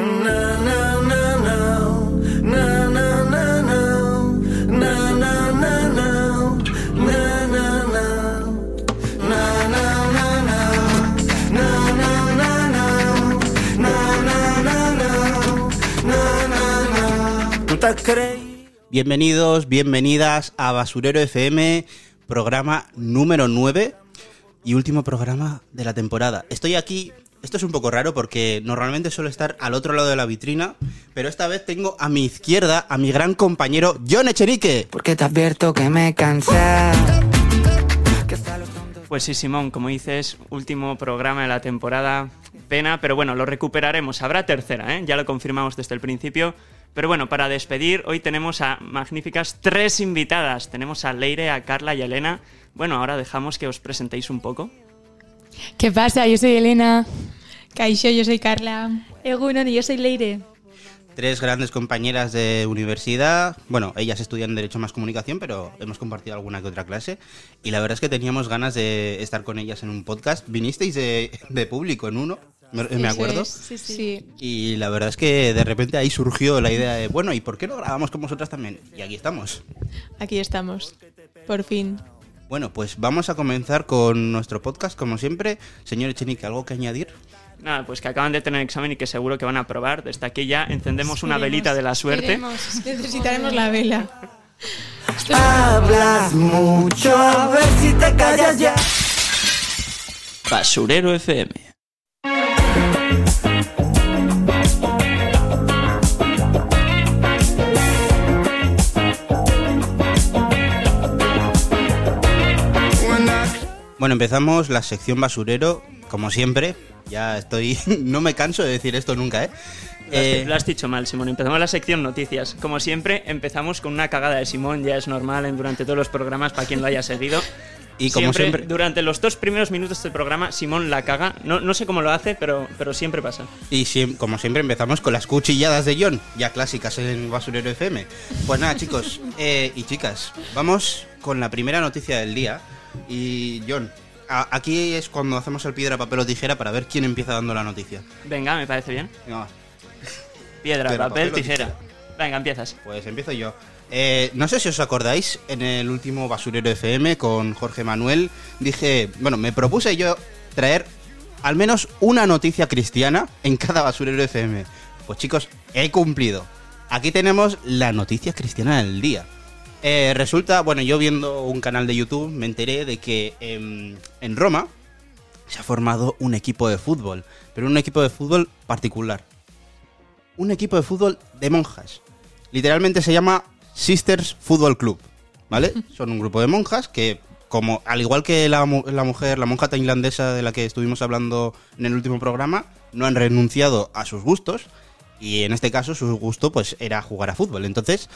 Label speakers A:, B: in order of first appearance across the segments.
A: Bienvenidos, bienvenidas a Basurero FM, programa número 9 y último programa de la temporada. Estoy aquí, esto es un poco raro porque normalmente suelo estar al otro lado de la vitrina, pero esta vez tengo a mi izquierda a mi gran compañero Jon Echenique.
B: Porque te advierto que me cansé.
C: Pues sí, Simón, como dices, último programa de la temporada, pena, pero bueno, lo recuperaremos, habrá tercera, ya lo confirmamos desde el principio. Pero bueno, para despedir, hoy tenemos a magníficas 3 invitadas. Tenemos a Leire, a Carla y a Elena. Bueno, ahora dejamos que os presentéis un poco.
D: ¿Qué pasa? Yo soy Elena.
E: Kaixo, yo soy Carla.
F: Egunon, y yo soy Leire.
A: 3 grandes compañeras de universidad. Bueno, ellas estudian Derecho más Comunicación, pero hemos compartido alguna que otra clase. Y la verdad es que teníamos ganas de estar con ellas en un podcast. Vinisteis de público en uno. Me acuerdo.
E: Sí.
A: Y la verdad es que de repente ahí surgió la idea de, bueno, ¿y por qué no grabamos con vosotras también? Y aquí estamos.
E: Aquí estamos, por fin.
A: Bueno, pues vamos a comenzar con nuestro podcast, como siempre. Señor Echenique, ¿algo que añadir?
C: Nada, pues que acaban de tener examen y que seguro que van a aprobar. Desde aquí ya encendemos una velita de la suerte.
E: Necesitaremos la vela.
B: Hablas mucho, a ver si te callas ya.
C: Basurero FM.
A: Bueno, empezamos la sección basurero, como siempre. Ya estoy... no me canso de decir esto nunca,
C: Lo has dicho mal, Simón. Empezamos la sección noticias. Como siempre, empezamos con una cagada de Simón. Ya es normal durante todos los programas, para quien lo haya seguido.
A: Y como siempre,
C: durante los 2 primeros minutos del programa, Simón la caga. No sé cómo lo hace, pero siempre pasa.
A: Y como siempre empezamos con las cuchilladas de Jon, ya clásicas en Basurero FM. Pues nada, chicos y chicas, vamos con la primera noticia del día. Y Jon, aquí es cuando hacemos el piedra, papel o tijera para ver quién empieza dando la noticia.
C: Venga, me parece bien.
A: Venga, va.
C: Piedra, papel, tijera. Venga, empiezas.
A: Pues empiezo yo. No sé si os acordáis, en el último Basurero FM con Jorge Manuel me propuse yo traer al menos una noticia cristiana en cada Basurero FM. Pues chicos, he cumplido. Aquí tenemos la noticia cristiana del día. Resulta, yo viendo un canal de YouTube me enteré de que en Roma se ha formado un equipo de fútbol, pero un equipo de fútbol particular. Un equipo de fútbol de monjas. Literalmente se llama Sisters Football Club, ¿vale? Son un grupo de monjas que, como al igual que la monja tailandesa de la que estuvimos hablando en el último programa, no han renunciado a sus gustos, y en este caso su gusto pues era jugar a fútbol. Entonces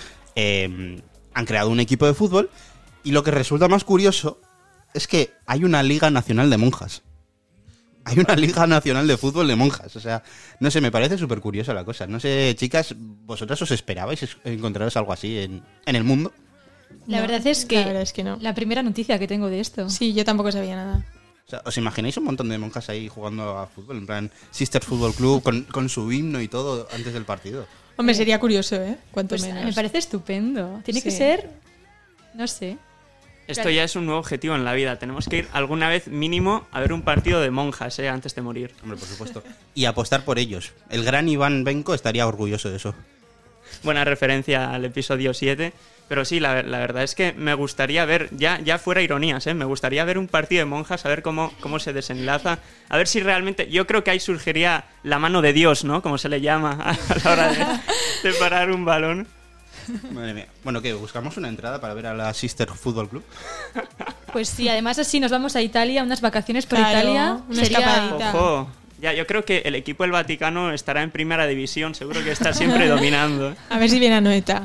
A: han creado un equipo de fútbol, y lo que resulta más curioso es que hay una liga nacional de monjas. Hay una liga nacional de fútbol de monjas. O sea, no sé, me parece súper curiosa la cosa. No sé, chicas, ¿vosotras os esperabais encontraros algo así en el mundo?
F: La verdad es que
E: no.
F: La primera noticia que tengo de esto.
E: Sí, yo tampoco sabía nada.
A: O sea, ¿os imagináis un montón de monjas ahí jugando a fútbol? En plan, Sister Football Club, con su himno y todo antes del partido.
E: Hombre, sería curioso, Cuanto
F: pues
E: menos.
F: Me parece estupendo. Tiene que
E: Sí.
F: ser... No sé.
C: Esto ya es un nuevo objetivo en la vida. Tenemos que ir alguna vez mínimo a ver un partido de monjas, antes de morir.
A: Hombre, por supuesto. Y apostar por ellos. El gran Iván Benko estaría orgulloso de eso.
C: Buena referencia al episodio 7. Pero sí, la verdad es que me gustaría ver, ya fuera ironías, me gustaría ver un partido de monjas, a ver cómo se desenlaza. A ver si realmente... Yo creo que ahí surgiría la mano de Dios, ¿no? Como se le llama a la hora de parar un balón.
A: Madre mía. Bueno, ¿qué? ¿Buscamos una entrada para ver a la Sister Football Club?
F: Pues sí, además así nos vamos a Italia, unas vacaciones por
E: Claro,
F: Italia.
E: una escapadita.
C: Ojo, ya, yo creo que el equipo del Vaticano estará en primera división, seguro que está siempre dominando.
E: A ver si viene a Noeta.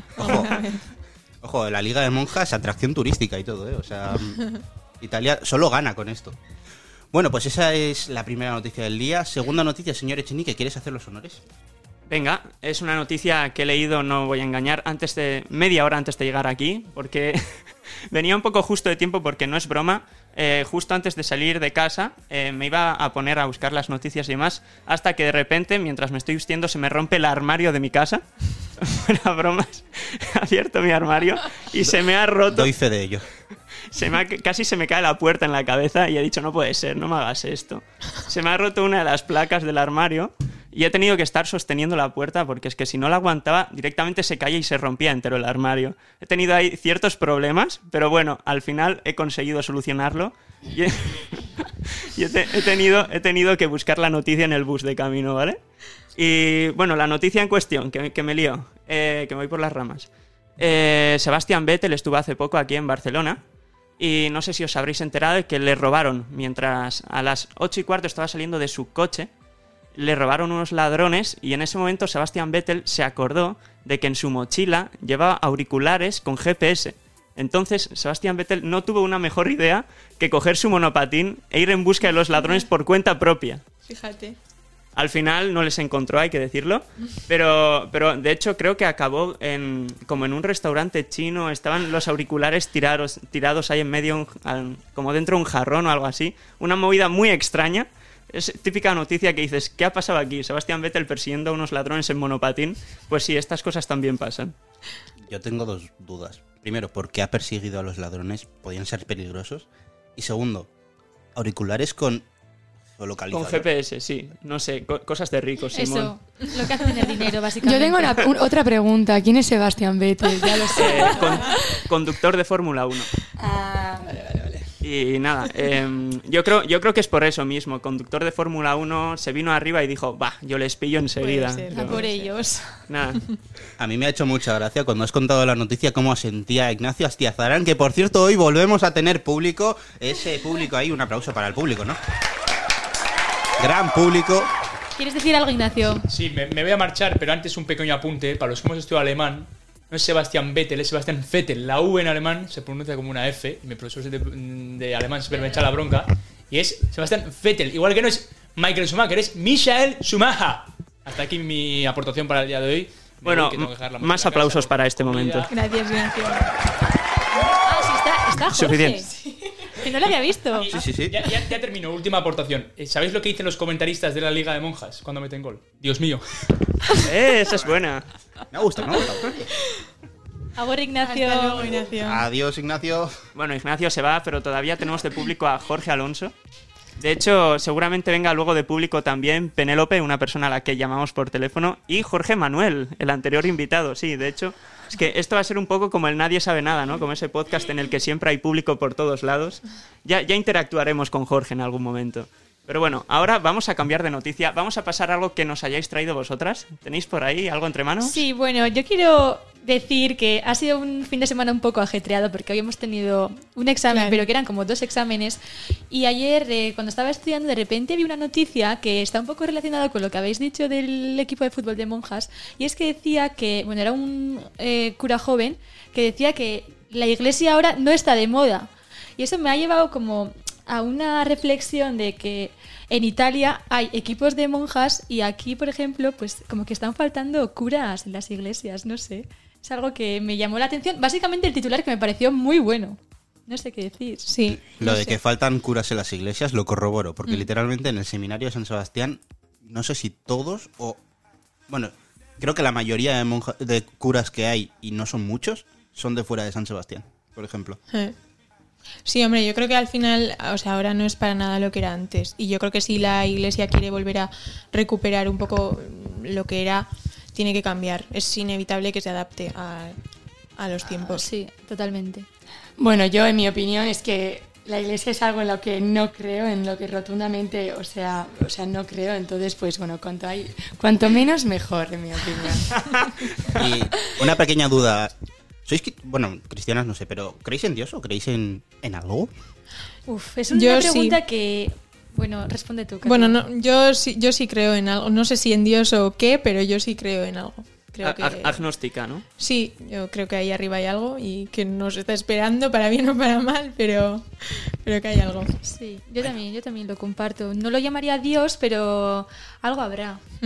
A: Ojo, la liga de monjas, atracción turística y todo, O sea, Italia solo gana con esto. Bueno, pues esa es la primera noticia del día. Segunda noticia, señor Echenique, ¿quieres hacer los honores?
C: Venga, es una noticia que he leído, no voy a engañar, media hora antes de llegar aquí, porque venía un poco justo de tiempo porque no es broma. Justo antes de salir de casa me iba a poner a buscar las noticias y demás, hasta que de repente, mientras me estoy vistiendo, se me rompe el armario de mi casa. Fuera bromas, he abierto mi armario y se me ha roto.
A: Doy fe de ello.
C: Casi se me cae la puerta en la cabeza y he dicho, no puede ser, no me hagas esto. Se me ha roto una de las placas del armario y he tenido que estar sosteniendo la puerta porque es que si no la aguantaba, directamente se caía y se rompía entero el armario. He tenido ahí ciertos problemas, pero bueno, al final he conseguido solucionarlo y he tenido que buscar la noticia en el bus de camino, ¿vale? Y bueno, la noticia en cuestión, que me lío, que me voy por las ramas. Sebastian Vettel estuvo hace poco aquí en Barcelona y no sé si os habréis enterado de que le robaron mientras a las 8:15 estaba saliendo de su coche. Le robaron unos ladrones y en ese momento Sebastian Vettel se acordó de que en su mochila llevaba auriculares con GPS. Entonces Sebastian Vettel no tuvo una mejor idea que coger su monopatín e ir en busca de los ladrones por cuenta propia.
E: Fíjate.
C: Al final no les encontró, hay que decirlo, pero de hecho creo que acabó como en un restaurante chino, estaban los auriculares tirados ahí en medio, como dentro de un jarrón o algo así. Una movida muy extraña. Es típica noticia que dices, ¿qué ha pasado aquí? Sebastian Vettel persiguiendo a unos ladrones en monopatín. Pues sí, estas cosas también pasan.
A: Yo tengo dos dudas. Primero, ¿por qué ha perseguido a los ladrones? ¿Podían ser peligrosos? Y segundo, auriculares con geolocalizador.
C: Con GPS, sí. No sé, cosas de ricos, Simón.
F: Eso, lo que hacen el dinero, básicamente.
D: Yo tengo otra pregunta. ¿Quién es Sebastian Vettel? Ya lo sé.
C: Conductor de Fórmula 1.
D: Ah, vale.
C: Y nada, yo creo que es por eso mismo. Conductor de Fórmula 1 se vino arriba y dijo, bah, yo les pillo enseguida.
E: Puede ser,
C: Pero,
F: por ellos.
C: nada.
A: A mí me ha hecho mucha gracia cuando has contado la noticia cómo asentía Ignacio Astiazarán, que por cierto hoy volvemos a tener público. Ese público ahí, un aplauso para el público, ¿no? Gran público.
F: ¿Quieres decir algo, Ignacio?
G: Sí, me voy a marchar, pero antes un pequeño apunte. Para los que hemos estudiado alemán, no es Sebastian Vettel, es Sebastian Vettel. La V en alemán se pronuncia como una F. Y mi profesor de alemán siempre me echa la bronca. Y es Sebastian Vettel. Igual que no es Michael Schumacher, es Michael Schumacher. Hasta aquí mi aportación para el día de hoy.
C: Bueno, más aplausos para este momento.
E: Gracias, Ignacio.
F: Ah, sí, está Jorge.
C: Suficiente.
F: Que no lo había visto.
A: Sí.
G: Ya termino, última aportación. ¿Sabéis lo que dicen los comentaristas de la Liga de Monjas cuando meten gol? Dios mío.
C: Esa es buena.
A: Me ha gustado.
F: Ahora, Ignacio.
E: Hasta luego, Ignacio.
A: Adiós, Ignacio.
C: Bueno, Ignacio se va, pero todavía tenemos de público a Jorge Alonso. De hecho, seguramente venga luego de público también Penélope, una persona a la que llamamos por teléfono, y Jorge Manuel, el anterior invitado. Sí, de hecho, es que esto va a ser un poco como el Nadie Sabe Nada, ¿no? Como ese podcast en el que siempre hay público por todos lados. Ya interactuaremos con Jorge en algún momento. Pero bueno, ahora vamos a cambiar de noticia. Vamos a pasar a algo que nos hayáis traído vosotras. ¿Tenéis por ahí algo entre manos?
F: Sí, bueno, yo quiero decir que ha sido un fin de semana un poco ajetreado porque hoy hemos tenido un examen,
E: Claro.
F: pero que eran como 2 exámenes. Y ayer, cuando estaba estudiando, de repente vi una noticia que está un poco relacionada con lo que habéis dicho del equipo de fútbol de monjas. Y es que decía que, bueno, era un cura joven que decía que la iglesia ahora no está de moda. Y eso me ha llevado como a una reflexión de que en Italia hay equipos de monjas y aquí, por ejemplo, pues como que están faltando curas en las iglesias, no sé. Es algo que me llamó la atención. Básicamente el titular que me pareció muy bueno. No sé qué decir.
E: Sí.
A: Lo
E: no
A: de
E: sé.
A: que faltan curas en las iglesias lo corroboro, porque literalmente en el seminario de San Sebastián, no sé si todos o... Bueno, creo que la mayoría de curas que hay, y no son muchos, son de fuera de San Sebastián, por ejemplo.
E: Sí, hombre, yo creo que al final, o sea, ahora no es para nada lo que era antes. Y yo creo que si la iglesia quiere volver a recuperar un poco lo que era, tiene que cambiar. Es inevitable que se adapte a los tiempos.
F: Sí, totalmente.
D: Bueno, yo en mi opinión es que la iglesia es algo en lo que no creo, en lo que rotundamente, o sea no creo. Entonces, pues bueno, cuanto menos mejor, en mi opinión.
A: Y una pequeña duda. ¿Sois, bueno, cristianas no sé, pero ¿creéis en Dios o creéis en algo?
F: Uf, es una
E: Yo
F: pregunta
E: sí.
F: que... Bueno, responde tú, Carla.
E: Bueno, no, yo sí creo en algo. No sé si en Dios o qué, pero yo sí creo en algo. Creo que...
C: Agnóstica, ¿no?
E: Sí, yo creo que ahí arriba hay algo y que nos está esperando, para bien o para mal, pero que hay algo.
F: Sí, yo también lo comparto. No lo llamaría Dios, pero algo habrá.
E: Mm.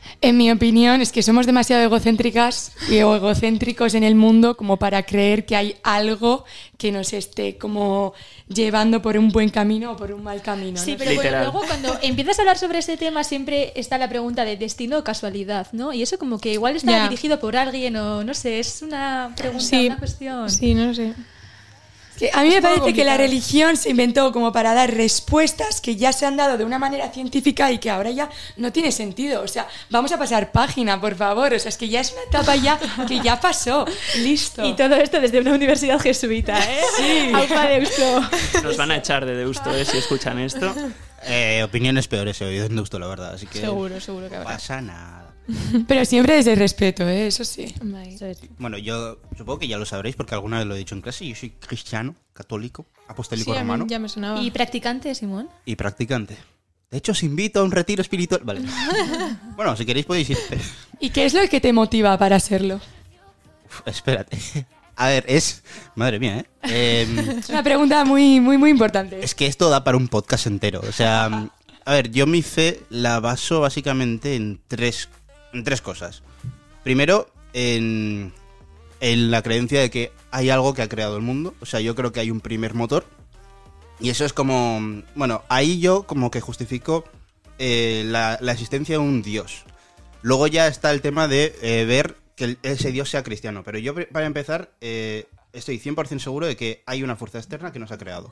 D: En mi opinión, es que somos demasiado egocéntricas o egocéntricos en el mundo como para creer que hay algo que nos esté como llevando por un buen camino o por un mal camino.
F: Sí,
D: ¿no?
F: pero bueno,
C: Literal.
F: luego cuando empiezas a hablar sobre ese tema siempre está la pregunta de destino o casualidad, ¿no? Y eso como que igual está
E: Ya.
F: dirigido por alguien o no sé, es una pregunta,
E: Sí,
F: una cuestión.
E: sí, no sé.
D: Que a mí me
F: un poco
D: parece que la
F: complicado.
D: religión se inventó como para dar respuestas que ya se han dado de una manera científica y que ahora ya no tiene sentido. O sea, vamos a pasar página, por favor. O sea, es que ya es una etapa ya que ya pasó. Listo.
F: Y todo esto desde una universidad jesuita, ¿eh? Sí. Aupa Deusto.
C: Nos van a echar de Deusto, si escuchan esto.
A: Opiniones peores he oído en Deusto, la verdad. Así que
E: Seguro que
A: no
E: habrá.
A: pasa nada.
D: Pero siempre desde el respeto, eso sí.
F: Eso es.
A: Bueno, yo supongo que ya lo sabréis porque alguna vez lo he dicho en clase. Yo soy cristiano, católico, apostólico
E: Sí, a mí
A: romano
E: ya me sonaba.
F: ¿Y practicante, Simón?
A: y practicante. De hecho, os invito a un retiro espiritual. Vale. Bueno, si queréis podéis ir.
D: ¿Y qué es lo que te motiva para serlo?
A: Uf, espérate. A ver, madre mía,
D: Es una pregunta muy, muy, muy importante.
A: es que esto da para un podcast entero. O sea, a ver, yo mi fe la baso básicamente en tres cosas. Primero, en la creencia de que hay algo que ha creado el mundo. O sea, yo creo que hay un primer motor. Y eso es como... Bueno, ahí yo como que justifico la existencia de un dios. Luego ya está el tema de ver que ese dios sea cristiano. Pero yo, para empezar, estoy 100% seguro de que hay una fuerza externa que nos ha creado.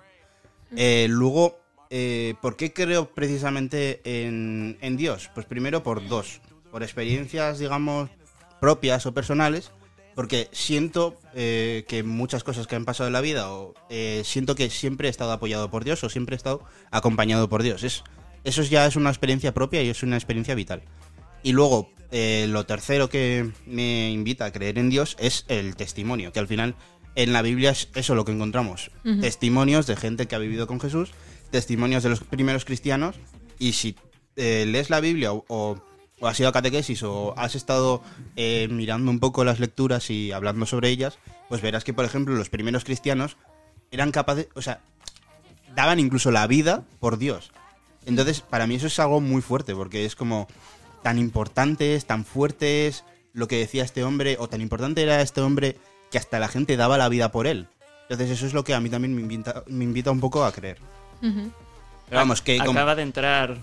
A: Luego, ¿por qué creo precisamente en Dios? Pues primero por dos. Por experiencias, digamos, propias o personales. Porque siento que muchas cosas que han pasado en la vida, o siento que siempre he estado apoyado por Dios o siempre he estado acompañado por Dios. Eso ya es una experiencia propia y es una experiencia vital. Y luego, lo tercero que me invita a creer en Dios es el testimonio, que al final en la Biblia es eso lo que encontramos. Testimonios de gente que ha vivido con Jesús, testimonios de los primeros cristianos, y si lees la Biblia o has ido a catequesis o has estado mirando un poco las lecturas y hablando sobre ellas, pues verás que, por ejemplo, los primeros cristianos eran capaces, o sea, daban incluso la vida por Dios. Entonces, para mí eso es algo muy fuerte, porque es como tan importantes, tan fuertes lo que decía este hombre, o tan importante era este hombre que hasta la gente daba la vida por él. Entonces eso es lo que a mí también me invita un poco a creer. Pero vamos, que...
C: Acaba de entrar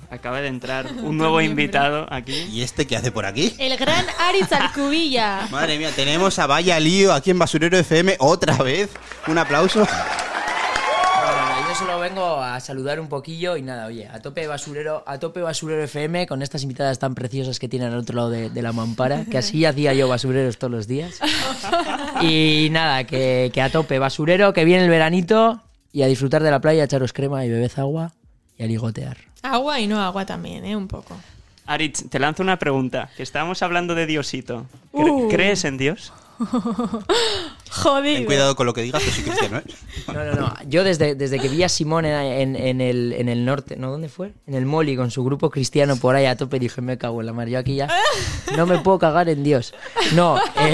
C: un nuevo invitado aquí.
A: ¿Y este qué hace por aquí?
F: El gran Aritz Alcubilla.
A: Madre mía, tenemos a Vaya Lío aquí en Basurero FM otra vez. Un aplauso.
H: Bueno, yo solo vengo a saludar un poquillo y nada, oye, a tope Basurero FM con estas invitadas tan preciosas que tienen al otro lado de la mampara, que así hacía yo basureros todos los días. Y nada, que a tope Basurero, que viene el veranito y a disfrutar de la playa, echaros crema y bebed agua y a ligotear.
E: Agua y no agua también, un poco.
C: Aritz, te lanzo una pregunta. Que estábamos hablando de Diosito. ¿Crees en Dios?
F: Jodido.
A: Ten cuidado con lo que digas, que soy cristiano, ¿eh?
H: No. Yo desde que vi a Simón en el norte, ¿no? ¿Dónde fue? En el Moli con su grupo cristiano por ahí a tope, dije, me cago en la mar. Yo aquí ya no me puedo cagar en Dios. No,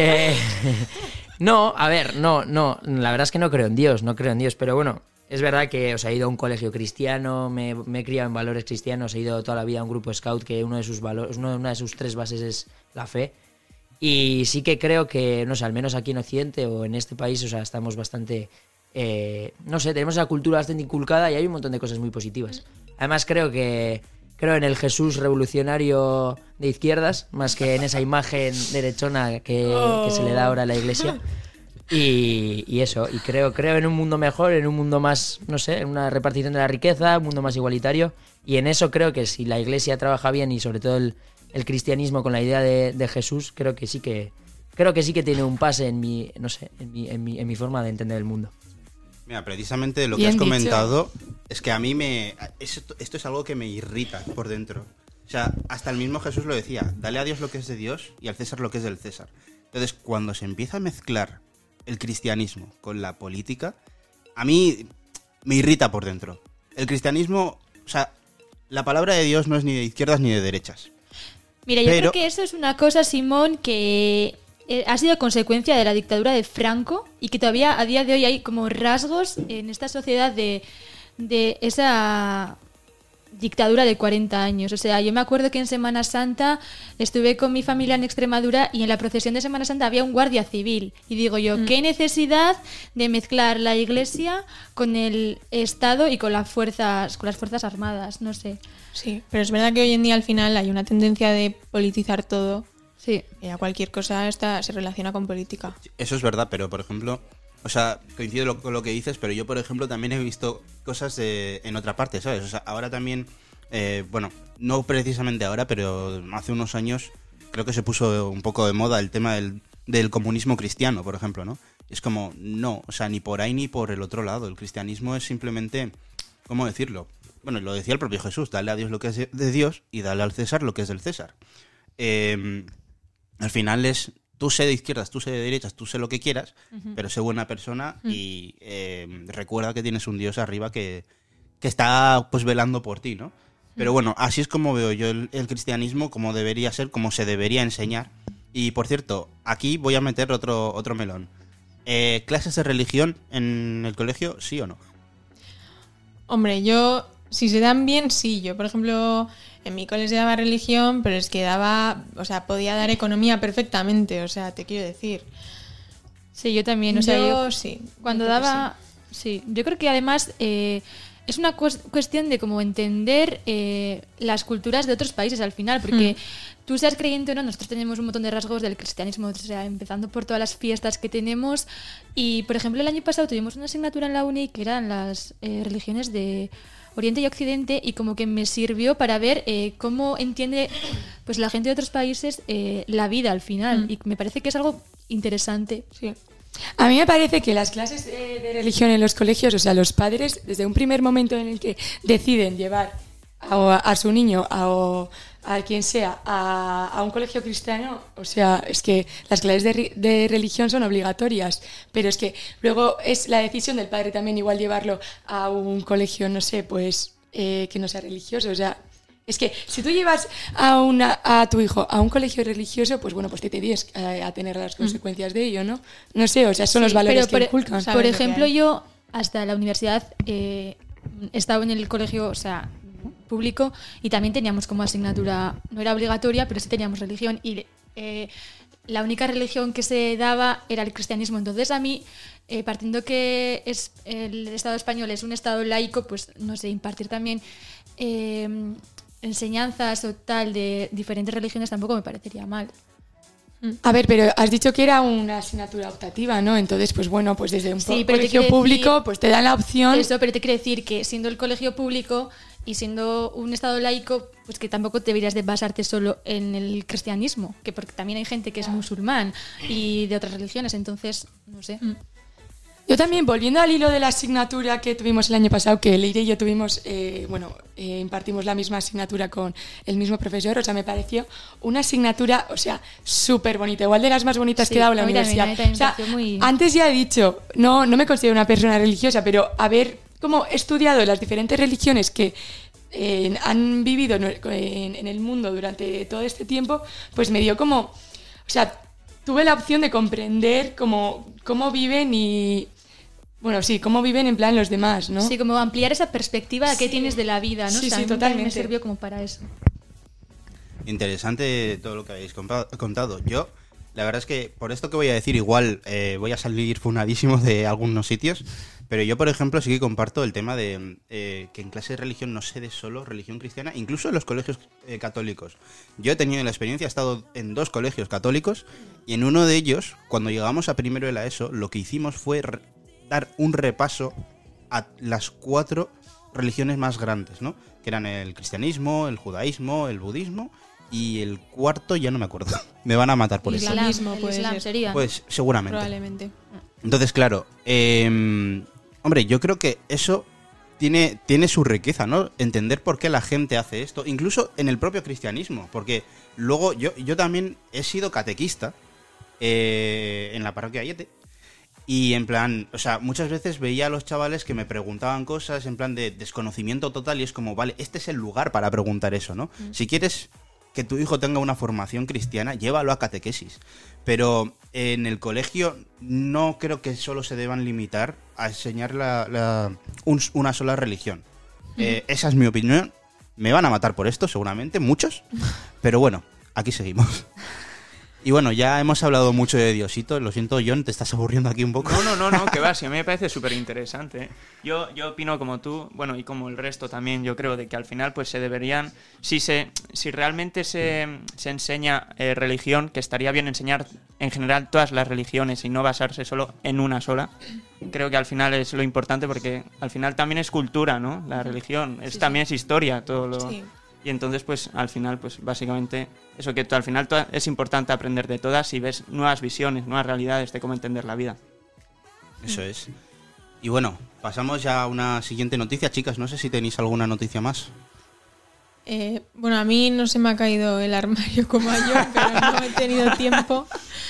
H: a ver, no. La verdad es que no creo en Dios, pero bueno, es verdad que he ido a un colegio cristiano, me he criado en valores cristianos, he ido toda la vida a un grupo scout que una de sus tres bases es la fe. Y sí que creo que, no sé, al menos aquí en Occidente o en este país, estamos bastante, tenemos esa cultura bastante inculcada y hay un montón de cosas muy positivas. Además creo en el Jesús revolucionario de izquierdas, más que en esa imagen derechona que se le da ahora a la iglesia. Y eso, y creo en un mundo mejor, en un mundo más, en una repartición de la riqueza, un mundo más igualitario. Y en eso creo que si la iglesia trabaja bien y sobre todo el cristianismo con la idea de Jesús, creo que sí que tiene un pase en mi forma de entender el mundo.
A: Mira, precisamente lo que
D: Bien
A: has
D: dicho.
A: comentado es que a mí esto es algo que me irrita por dentro. O sea, hasta el mismo Jesús lo decía, dale a Dios lo que es de Dios y al César lo que es del César. Entonces, cuando se empieza a mezclar el cristianismo con la política, a mí me irrita por dentro. El cristianismo, la palabra de Dios no es ni de izquierdas ni de derechas.
F: Mira, yo creo que eso es una cosa, Simón, que ha sido consecuencia de la dictadura de Franco y que todavía a día de hoy hay como rasgos en esta sociedad de dictadura de 40 años. O sea, yo me acuerdo que en Semana Santa estuve con mi familia en Extremadura y en la procesión de Semana Santa había un guardia civil. Y digo yo, ¿qué necesidad de mezclar la iglesia con el Estado y con las fuerzas armadas? No sé.
E: Sí, pero es verdad que hoy en día al final hay una tendencia de politizar todo.
F: Sí.
E: Y a cualquier cosa se relaciona con política.
A: Eso es verdad, pero por ejemplo, o sea, coincido con lo que dices, pero yo por ejemplo también he visto cosas en otra parte, ¿sabes? O sea, ahora también, bueno, no precisamente ahora, pero hace unos años creo que se puso un poco de moda el tema del comunismo cristiano, por ejemplo, ¿no? Es como, no, o sea, ni por ahí ni por el otro lado. El cristianismo es simplemente, ¿cómo decirlo? Bueno, lo decía el propio Jesús, dale a Dios lo que es de Dios y dale al César lo que es del César. Al final es, tú sé de izquierdas, tú sé de derechas, tú sé lo que quieras, pero sé buena persona y recuerda que tienes un Dios arriba que está pues velando por ti, ¿no? Pero bueno, así es como veo yo el cristianismo, como debería ser, como se debería enseñar. Y por cierto, aquí voy a meter otro melón. ¿Clases de religión en el colegio, sí o no?
E: Hombre, si se dan bien, sí. Yo, por ejemplo, en mi cole se daba religión, pero es que podía dar economía perfectamente, o sea, te quiero decir.
F: Sí, yo también, o sea, yo
E: sí.
F: Cuando daba... Sí, yo creo que además es una cuestión de como entender las culturas de otros países al final, porque tú seas creyente o no, nosotros tenemos un montón de rasgos del cristianismo, o sea, empezando por todas las fiestas que tenemos. Y, por ejemplo, el año pasado tuvimos una asignatura en la uni que eran las religiones de Oriente y Occidente, y como que me sirvió para ver cómo entiende pues la gente de otros países la vida al final, y me parece que es algo interesante.
E: Sí.
D: A mí me parece que las clases de religión en los colegios, o sea, los padres, desde un primer momento en el que deciden llevar a su niño, a quien sea, a un colegio cristiano, o sea, es que las clases de religión son obligatorias, pero es que luego es la decisión del padre también igual llevarlo a un colegio, no sé, pues que no sea religioso, o sea, es que si tú llevas a tu hijo a un colegio religioso, pues bueno, pues te tienes a tener las consecuencias de ello, ¿no? No sé, o sea, son los valores que inculcan.
F: Por ejemplo, yo hasta la universidad he estado en el colegio, o sea, público, y también teníamos como asignatura, no era obligatoria, pero sí teníamos religión, y la única religión que se daba era el cristianismo. Entonces a mí, partiendo que el Estado español es un Estado laico, pues no sé, impartir también enseñanzas o tal de diferentes religiones tampoco me parecería mal.
D: A ver, pero has dicho que era una asignatura optativa, ¿no? Entonces, pues bueno, pues desde un
F: pero
D: colegio público, pues te dan la opción.
F: Eso, pero te quiero decir que siendo el colegio público y siendo un estado laico, pues que tampoco deberías de basarte solo en el cristianismo, que porque también hay gente que es musulmán y de otras religiones, entonces, no sé.
D: Yo también, volviendo al hilo de la asignatura que tuvimos el año pasado, que Leire y yo tuvimos, impartimos la misma asignatura con el mismo profesor, o sea, me pareció una asignatura, o sea, súper bonita, igual de las más bonitas que he dado en la universidad.
F: También,
D: o sea, antes ya he dicho, no me considero una persona religiosa, pero haber como estudiado las diferentes religiones que han vivido en el mundo durante todo este tiempo, pues me dio como, o sea, tuve la opción de comprender cómo viven y... Bueno, sí, cómo viven en plan los demás, ¿no?
F: Sí, como ampliar esa perspectiva que tienes de la vida, ¿no?
D: Sí,
F: o sea,
D: sí,
F: a mí
D: totalmente.
F: me sirvió como para eso.
A: Interesante todo lo que habéis contado. Yo, la verdad es que por esto que voy a decir, igual voy a salir funadísimo de algunos sitios, pero yo, por ejemplo, sí que comparto el tema de que en clase de religión no se dé solo religión cristiana, incluso en los colegios católicos. Yo he tenido la experiencia, he estado en 2 colegios católicos, y en uno de ellos, cuando llegamos a primero de la ESO, lo que hicimos fue dar un repaso a las 4 religiones más grandes, ¿no? Que eran el cristianismo, el judaísmo, el budismo, y el cuarto ya no me acuerdo. Me van a matar por eso.
F: El
E: puede
F: Islam
E: ser.
F: sería.
A: Pues seguramente.
E: Probablemente.
A: Entonces, claro, hombre, yo creo que eso tiene su riqueza, ¿no? Entender por qué la gente hace esto, incluso en el propio cristianismo, porque luego yo también he sido catequista en la parroquia Ayete. Y en plan, o sea, muchas veces veía a los chavales que me preguntaban cosas en plan de desconocimiento total, y es como, vale, este es el lugar para preguntar eso, ¿no? Si quieres que tu hijo tenga una formación cristiana, llévalo a catequesis. Pero en el colegio no creo que solo se deban limitar a enseñar una sola religión. Esa es mi opinión. Me van a matar por esto, seguramente, muchos. Pero bueno, aquí seguimos. Y bueno, ya hemos hablado mucho de Diosito. Lo siento, John, ¿te estás aburriendo aquí un poco?
C: No, que va, sí, a mí me parece súper interesante. Yo opino como tú, bueno, y como el resto también, yo creo de que al final pues se deberían, si realmente se enseña religión, que estaría bien enseñar en general todas las religiones y no basarse solo en una sola. Creo que al final es lo importante porque al final también es cultura, ¿no? La religión, también es historia, todo lo...
E: Sí.
C: Y entonces, pues, al final, pues, básicamente, eso que al final es importante aprender de todas y ves nuevas visiones, nuevas realidades de cómo entender la vida.
A: Eso es. Y bueno, pasamos ya a una siguiente noticia, chicas. No sé si tenéis alguna noticia más.
E: Bueno, a mí no se me ha caído el armario como a John, pero no he tenido tiempo.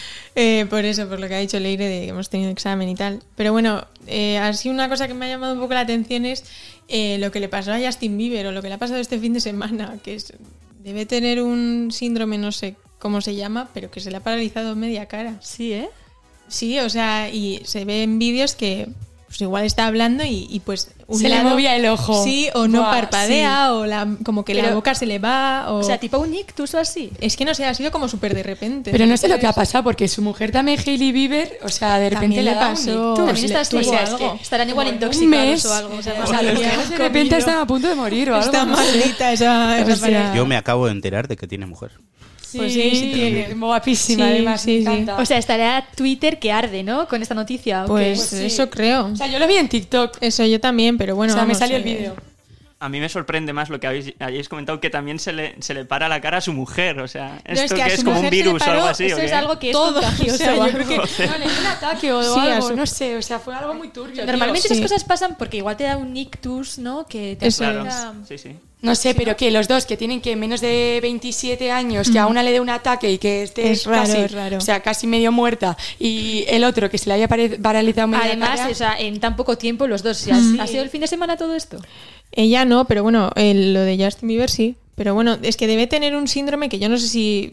E: Por eso, por lo que ha dicho Leire, de que hemos tenido examen y tal. Pero bueno, así una cosa que me ha llamado un poco la atención es lo que le pasó a Justin Bieber o lo que le ha pasado este fin de semana, que debe tener un síndrome, no sé cómo se llama, pero que se le ha paralizado media cara.
F: Sí, ¿eh?
E: Sí, o sea, y se ve en vídeos que pues igual está hablando y pues un
D: Se le
E: lado-
D: movía el ojo.
E: Sí, o no
D: Buah,
E: parpadea, o como que la
F: Pero-
E: boca se le va,
F: O sea, tipo un ictus o así.
E: Es que no sé, ha sido como súper de repente.
D: Pero no sé lo que ha pasado, porque su mujer también, Hailey Bieber, o sea, de repente
E: También
D: le
E: le
D: ha dado
E: pasó.
D: un ictus.
F: También
E: le-
F: estás tú
E: o sea, es
F: algo.
E: que
F: Estarán igual
D: Un
F: intoxicados
D: mes.
F: o algo. O sea,
D: O sea, los
E: Madre
D: que
E: mía,
D: de repente
E: comido.
D: están a punto de morir o algo.
E: Está
D: no sé.
E: maldita esa
D: O sea,
E: pareja.
A: Yo me acabo de enterar de que tiene mujer.
E: Pues sí, tiene.
D: Guapísima,
E: Sí,
D: además,
E: sí,
D: me
E: sí.
D: encanta.
F: O sea, estará Twitter que arde, ¿no? Con esta noticia. ¿o qué?
E: Pues
D: sí.
E: eso creo.
D: O sea, yo lo vi en TikTok.
E: Eso yo también, pero bueno.
D: o sea, me
E: vamos,
D: salió el vídeo.
C: A mí me sorprende más lo que habéis comentado, que también se le para la cara a su mujer. O sea,
E: es
C: esto
E: que a
C: que es
E: su
C: como un
E: mujer se le
C: virus o
E: paró,
C: algo así.
F: Eso
C: ¿o
F: es
C: qué?
F: algo que es
E: Todo,
F: contagioso.
E: o sea, yo
F: o
E: creo
F: algo.
E: que-
D: No, le dio un ataque o
E: Sí, a
D: algo,
E: su-
D: no sé, o sea, fue algo muy turbio.
F: Normalmente
E: Sí.
F: esas cosas pasan porque igual te da un ictus, ¿no? Que te
E: Eso
C: Claro,
F: afecta-
C: sí, sí.
D: No sé, pero que los dos que tienen que menos de 27 años, que a una le dé un ataque y que esté
E: Es raro,
D: casi,
E: es raro.
D: o sea, casi medio muerta, y el otro que se le haya paralizado media
F: Además,
D: cara.
F: o sea, en tan poco tiempo los dos. ¿Ha sido el fin de semana todo esto?
E: Ella no, pero bueno, lo de Justin Bieber sí. Pero bueno, es que debe tener un síndrome que yo no sé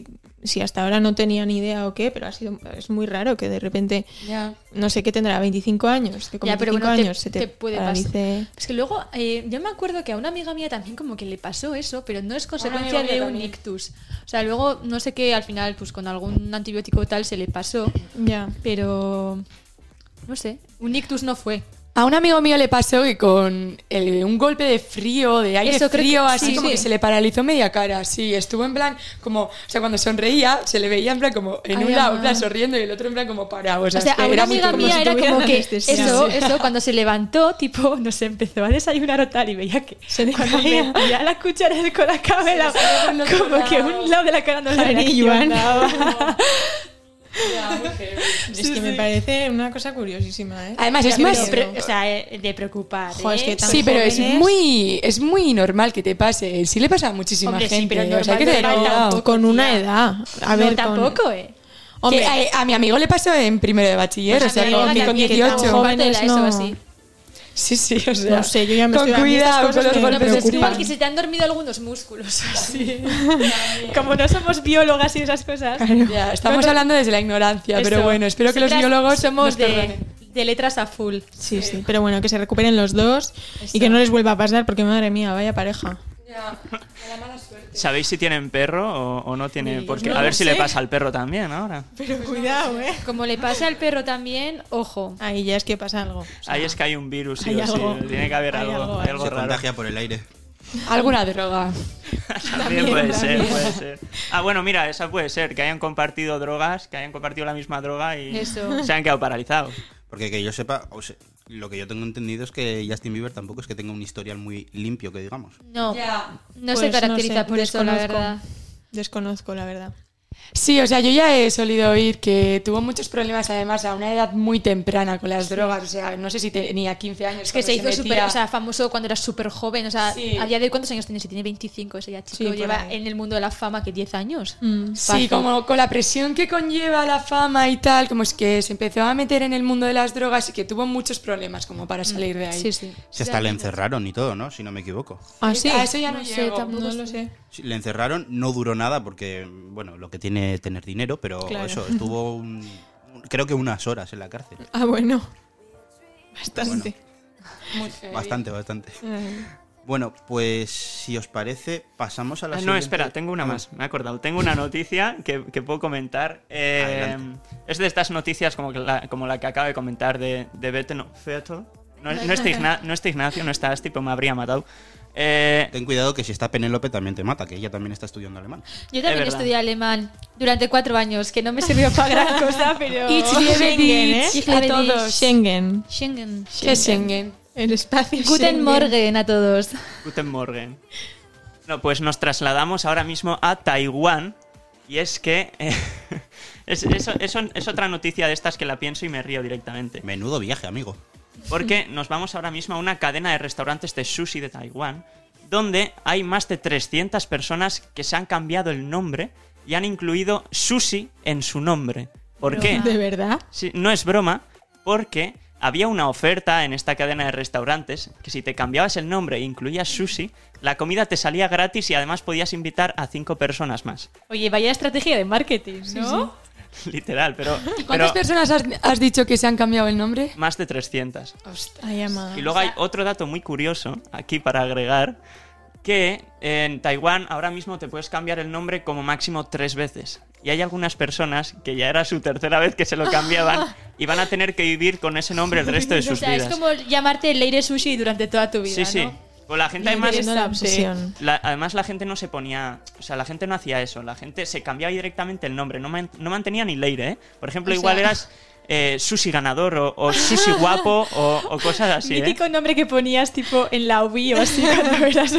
E: si hasta ahora no tenía ni idea o qué, pero es muy raro que de repente,
D: Ya.
E: no sé qué tendrá, 25 años, que con
F: Ya, pero
E: 25
F: bueno,
E: años se te
F: puede
E: paralice.
F: pasar. Es que luego, yo me acuerdo que a una amiga mía también como que le pasó eso, pero no es consecuencia
D: amiga mía
F: de un
D: también.
F: ictus. O sea, luego, no sé qué, al final, pues con algún antibiótico o tal se le pasó,
E: Ya.
F: pero no sé, un ictus no fue.
D: A un amigo mío le pasó que con un golpe de frío, de aire
F: Eso, creo que-
D: frío, así
F: sí,
D: como
F: sí.
D: que se le paralizó media cara. Sí, estuvo en plan como, o sea, cuando sonreía se le veía en plan como en
F: Ay,
D: un lado,
F: ama.
D: en plan sonriendo y el otro en plan como parado. O
F: O
D: sea,
F: sea,
D: es que
F: a una
D: era muy
F: amiga
D: turbio.
F: mía
E: si
F: era
E: tuvieran
F: como que
E: anestesia.
F: eso, cuando se levantó, tipo, no sé, empezó a desayunar o tal y veía que cuando
E: caía.
F: metía la cuchara del colacao era como que un lado de la cara no le
E: Ari, Joan.
F: reaccionaba.
E: Es que me parece una cosa curiosísima, ¿eh?
D: Además, es
E: Ya,
D: más...
E: pero-
F: O sea, de preocupar.
E: Jo, es que tan
D: Sí, pero es
E: jóvenes.
D: es muy normal que te pase. Sí le pasa a muchísima
F: Hombre, sí,
D: gente.
F: pero
D: o sea, hay que
F: normal
D: tener
F: no
D: cuidado.
F: tampoco,
E: con una
F: tía.
E: edad. A
F: No,
E: ver,
F: tampoco,
E: Hombre,
D: Que a mi amigo le pasó en primero de bachiller,
F: Pues
D: o sea,
F: a mi
D: con,
F: amiga
D: con
F: también, que
D: 18.
F: tan
E: jóvenes
F: joven era eso
E: no.
F: así.
D: Sí, sí, o sea.
E: No sé, yo ya me
D: con
E: estoy- a mí estas
D: cuidado
E: cosas
D: con los
E: me
D: golpes de
F: Pues es
D: frío.
F: igual que se te han dormido algunos músculos. Así. Como no somos biólogas y esas cosas.
D: Ya, estamos hablando desde la ignorancia, pero
F: Eso.
D: bueno, espero que los
F: Nosotras
D: biólogos
F: somos
D: nos perdonen.
F: de letras a full.
E: Sí, sí, pero bueno, que se recuperen los dos y que no les vuelva a pasar porque madre mía, vaya pareja.
C: ¿Sabéis si tienen perro o no tienen? Porque
E: no
C: a ver
E: lo
C: si le
E: sé.
C: pasa al perro también ahora.
E: Pero cuidado,
F: Como le pase al perro también, ojo.
E: Ahí ya es que pasa algo.
C: Ahí es que hay un virus, sí
E: hay
C: o sí.
E: algo.
C: Tiene que haber
E: Hay
C: algo,
E: algo,
C: hay algo
A: Se
C: raro.
A: contagia por el aire.
D: Alguna droga.
C: También puede ser, puede ser. Ah, bueno, mira, esa puede ser, que hayan compartido drogas, que hayan compartido la misma droga y
F: Eso.
C: se han quedado paralizados.
A: Porque que yo sepa, o sea, lo que yo tengo entendido es que Justin Bieber tampoco es que tenga un historial muy limpio, que digamos.
F: No, no
E: Pues
F: se caracteriza
E: sé,
F: por eso, la
E: desconozco.
F: verdad.
E: Desconozco, la verdad.
D: Sí, o sea, yo ya he solido oír que tuvo muchos problemas además a una edad muy temprana con las drogas, o sea, no sé si tenía 15 años.
F: Es que
D: cuando
F: se hizo
D: metía-
F: súper, o sea, famoso cuando era súper joven. O sea,
D: Sí.
F: a día de hoy, ¿cuántos años tiene? Si tiene 25, ese ya chico
E: Sí, por
F: lleva
E: ahí.
F: en el mundo de la fama que 10 años.
D: Sí,
F: Fácil.
D: como con la presión que conlleva la fama y tal, como es que se empezó a meter en el mundo de las drogas y que tuvo muchos problemas como para salir de ahí.
F: Sí, sí.
A: Si hasta le encerraron y todo, ¿no? Si no me equivoco.
E: Ah, sí.
D: A eso ya no,
F: No sé,
D: llego.
F: tampoco
E: No lo sé.
A: Sí, le encerraron, no duró nada porque, bueno, lo que tiene tener dinero, pero
E: Claro.
A: eso, estuvo creo que unas horas en la cárcel.
E: Ah, bueno. Bastante.
D: Muy heavy.
A: Bastante, bastante. Bueno, pues si os parece, pasamos a la
C: No,
A: siguiente.
C: espera, tengo una más, me he acordado. Tengo una noticia que puedo comentar.
A: Adelante.
C: Es de estas noticias como la que acaba de comentar de Vettel. No está Ignacio, no está Asti, pero me habría matado.
A: Ten cuidado que si está Penélope también te mata, que ella también está estudiando alemán.
F: Yo también
C: verdad.
F: estudié alemán durante 4 años, que no me sirvió para gran cosa, pero...
D: Ich liebe dich
F: Ich
D: a
F: liebe dich.
D: todos.
E: Schengen.
F: Schengen.
D: ¿Qué es Schengen?
E: El espacio
F: Guten
E: Schengen.
F: Morgen a todos.
C: Guten Morgen. No, pues nos trasladamos ahora mismo a Taiwán. Y es que es otra noticia de estas que la pienso y me río directamente.
A: Menudo viaje, amigo.
C: Porque nos vamos ahora mismo a una cadena de restaurantes de sushi de Taiwán, donde hay más de 300 personas que se han cambiado el nombre y han incluido sushi en su nombre. ¿Por qué?
E: ¿De verdad?
C: Sí, no es broma, porque había una oferta en esta cadena de restaurantes que si te cambiabas el nombre e incluías sushi, la comida te salía gratis y además podías invitar a 5 personas más.
F: Oye, vaya estrategia de marketing, ¿no?
C: Literal, pero
D: ¿Cuántas personas has dicho que se han cambiado el nombre?
C: más de 300.
E: Ay, ama.
C: Y luego hay otro dato muy curioso aquí para agregar, que en Taiwán ahora mismo te puedes cambiar el nombre como máximo 3 veces. Y hay algunas personas que ya era su tercera vez que se lo cambiaban y van a tener que vivir con ese nombre el resto de
F: O
C: sus
F: sea,
C: vidas.
F: es como llamarte Leire Sushi durante toda tu vida,
C: Sí, sí.
F: ¿no?
C: Pues la gente además...
E: Entiendo la obsesión.
C: Además la gente no se ponía... O sea, la gente no hacía eso. La gente se cambiaba directamente el nombre. No mantenía ni Leire, ¿eh? Por ejemplo,
F: O
C: igual
F: sea-
C: eras Sushi Ganador o Sushi Guapo o cosas así, ¿eh?
F: Mítico nombre que ponías tipo en la UBI o así cuando eras...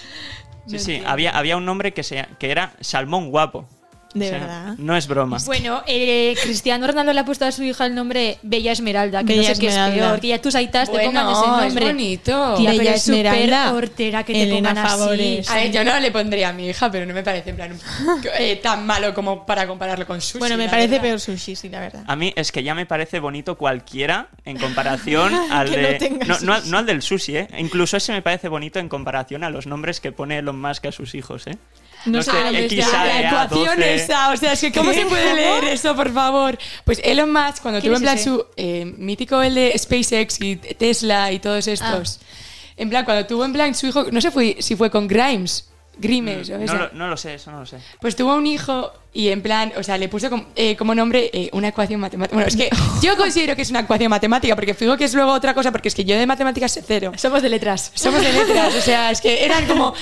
C: Sí, había un nombre que era Salmón Guapo.
E: De
C: O sea,
E: verdad.
C: No es broma.
F: Bueno, Cristiano Ronaldo le ha puesto a su hija el nombre Bella Esmeralda, que
E: Bella
F: no sé qué es
E: Esmeralda.
F: peor, que ya tus aitas te pongan ese
D: Bueno, es
F: nombre.
D: bonito.
F: Tía,
E: Bella
F: pero es súper
E: Esmeralda.
F: hortera que te
E: Elena
F: pongan así.
E: Favores.
D: A ver, yo no le pondría a mi hija, pero no me parece en plan tan malo como para compararlo con sushi.
E: Bueno, me
D: la
E: parece
D: verdad.
E: peor sushi, sí, la verdad.
C: A mí es que ya me parece bonito cualquiera en comparación al
E: Que no
C: de...
E: tenga
C: No,
E: sushi.
C: no al del sushi, ¿eh? Incluso ese me parece bonito en comparación a los nombres que pone Elon Musk a sus hijos, ¿eh?
E: No
C: sé,
D: Ay,
C: X,
D: está,
C: A,
D: la
C: E, A,
D: ecuación
C: 12.
D: esa, o sea, es que ¿cómo se puede leer eso, por favor? Pues Elon Musk, cuando
F: ¿Quién
D: tuvo en
F: es
D: plan
F: ese?
D: su mítico el de SpaceX y Tesla y todos estos, en plan, cuando tuvo en plan su hijo, no sé si fue con Grimes o eso.
C: No lo sé, eso no lo sé.
D: Pues tuvo un hijo y en plan, o sea, le puso como nombre una ecuación matemática. Bueno, es que yo considero que es una ecuación matemática, porque fijo que es luego otra cosa, porque es que yo de matemáticas sé cero.
F: Somos de letras.
D: Somos de letras, o sea, es que eran como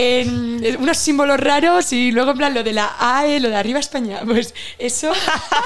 D: unos símbolos raros y luego en plan lo de la AE, lo de arriba España, pues eso.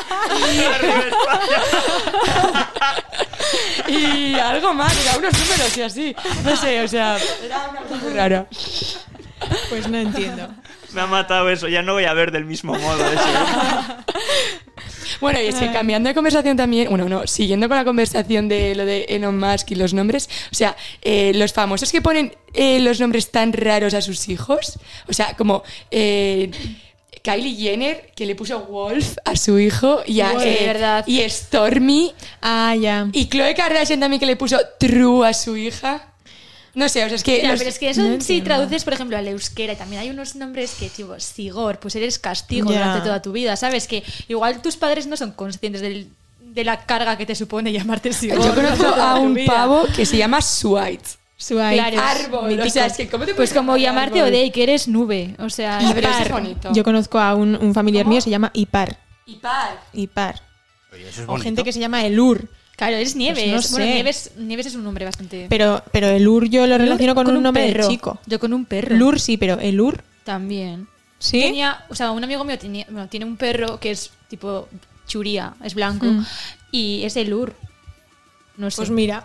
D: Y algo más, era unos números y así. No sé, o sea, era una cosa muy rara.
E: Pues no entiendo.
C: Me ha matado eso, ya no voy a ver del mismo modo eso.
D: Bueno, y es que cambiando de conversación también, bueno, no, siguiendo con la conversación de lo de Elon Musk y los nombres, o sea, los famosos que ponen los nombres tan raros a sus hijos, o sea, como Kylie Jenner, que le puso Wolf a su hijo, y,
F: Wolf, de verdad.
D: y Stormy,
E: Ah, ya.
D: y Khloe Kardashian también, que le puso True a su hija. No sé, o sea, es que...
F: Ya,
D: los-
F: pero es que eso
E: no
F: si
E: entiendo.
F: traduces, por ejemplo, al euskera, y también hay unos nombres que, tipo, Sigor, pues eres castigo
E: Ya.
F: durante toda tu vida, ¿sabes? Que igual tus padres no son conscientes de la carga que te supone llamarte Sigor.
D: yo conozco
F: durante toda
D: a
F: tu
D: un
F: vida.
D: pavo que se llama Swight.
E: Suai.
F: Claro.
D: Árbol, o sea, es que ¿cómo te
F: Pues
D: puedes
F: como
D: llamar
F: llamarte
D: árbol?
F: Odey, que eres nube. O sea,
D: Ah, pero eso es
F: Ipar.
D: bonito.
E: Yo conozco a un familiar
D: ¿Cómo?
E: mío, se llama Ipar.
D: Ipar.
E: Ipar.
A: Oye, eso es
E: O
A: bonito.
E: gente que se llama Elur.
F: Claro, eres Nieves.
E: Pues no
F: Bueno,
E: sé.
F: Nieves es un nombre bastante...
E: Pero Elur yo lo relaciono con un nombre
F: perro.
E: de chico.
F: Yo con un perro.
E: Lur sí, pero Elur,
F: También.
E: ¿sí?
F: Tenía, o sea, un amigo mío tiene un perro que es tipo churía, es blanco, y es el Ur. No sé.
E: Pues mira.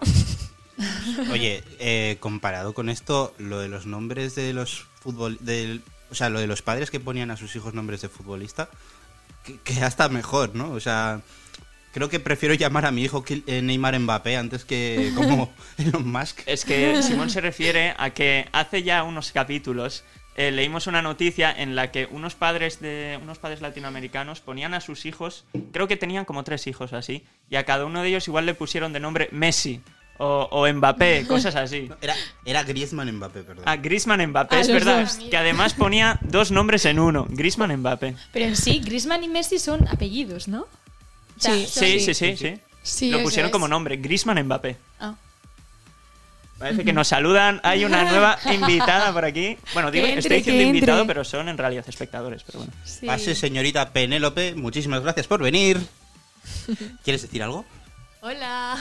A: Oye, comparado con esto, lo de los nombres de los o sea, lo de los padres que ponían a sus hijos nombres de futbolista, que hasta mejor, ¿no? O sea, creo que prefiero llamar a mi hijo Neymar Mbappé antes que como Elon Musk.
C: Es que Simón se refiere a que hace ya unos capítulos leímos una noticia en la que unos padres latinoamericanos ponían a sus hijos, creo que tenían como 3 hijos así, y a cada uno de ellos igual le pusieron de nombre Messi o Mbappé, cosas así.
A: Era Griezmann Mbappé, perdón.
C: A Griezmann Mbappé,
E: A
C: es
E: los
C: verdad,
E: dos.
C: que además ponía 2 nombres en uno, Griezmann Mbappé.
F: Pero en sí, Griezmann y Messi son apellidos, ¿no? O sea,
E: Sí.
F: son-
C: Sí.
D: Sí,
C: Lo
D: eso
C: pusieron
D: es.
C: como nombre, Griezmann Mbappé.
F: Ah.
C: Parece que nos saludan. Hay una nueva invitada por aquí. Bueno, digo,
D: Que entre,
C: estoy diciendo
D: que
C: invitado,
D: entre.
C: pero son en realidad espectadores. Pero bueno.
F: Sí.
A: Pase, señorita Penélope, muchísimas gracias por venir. ¿Quieres decir algo?
F: Hola.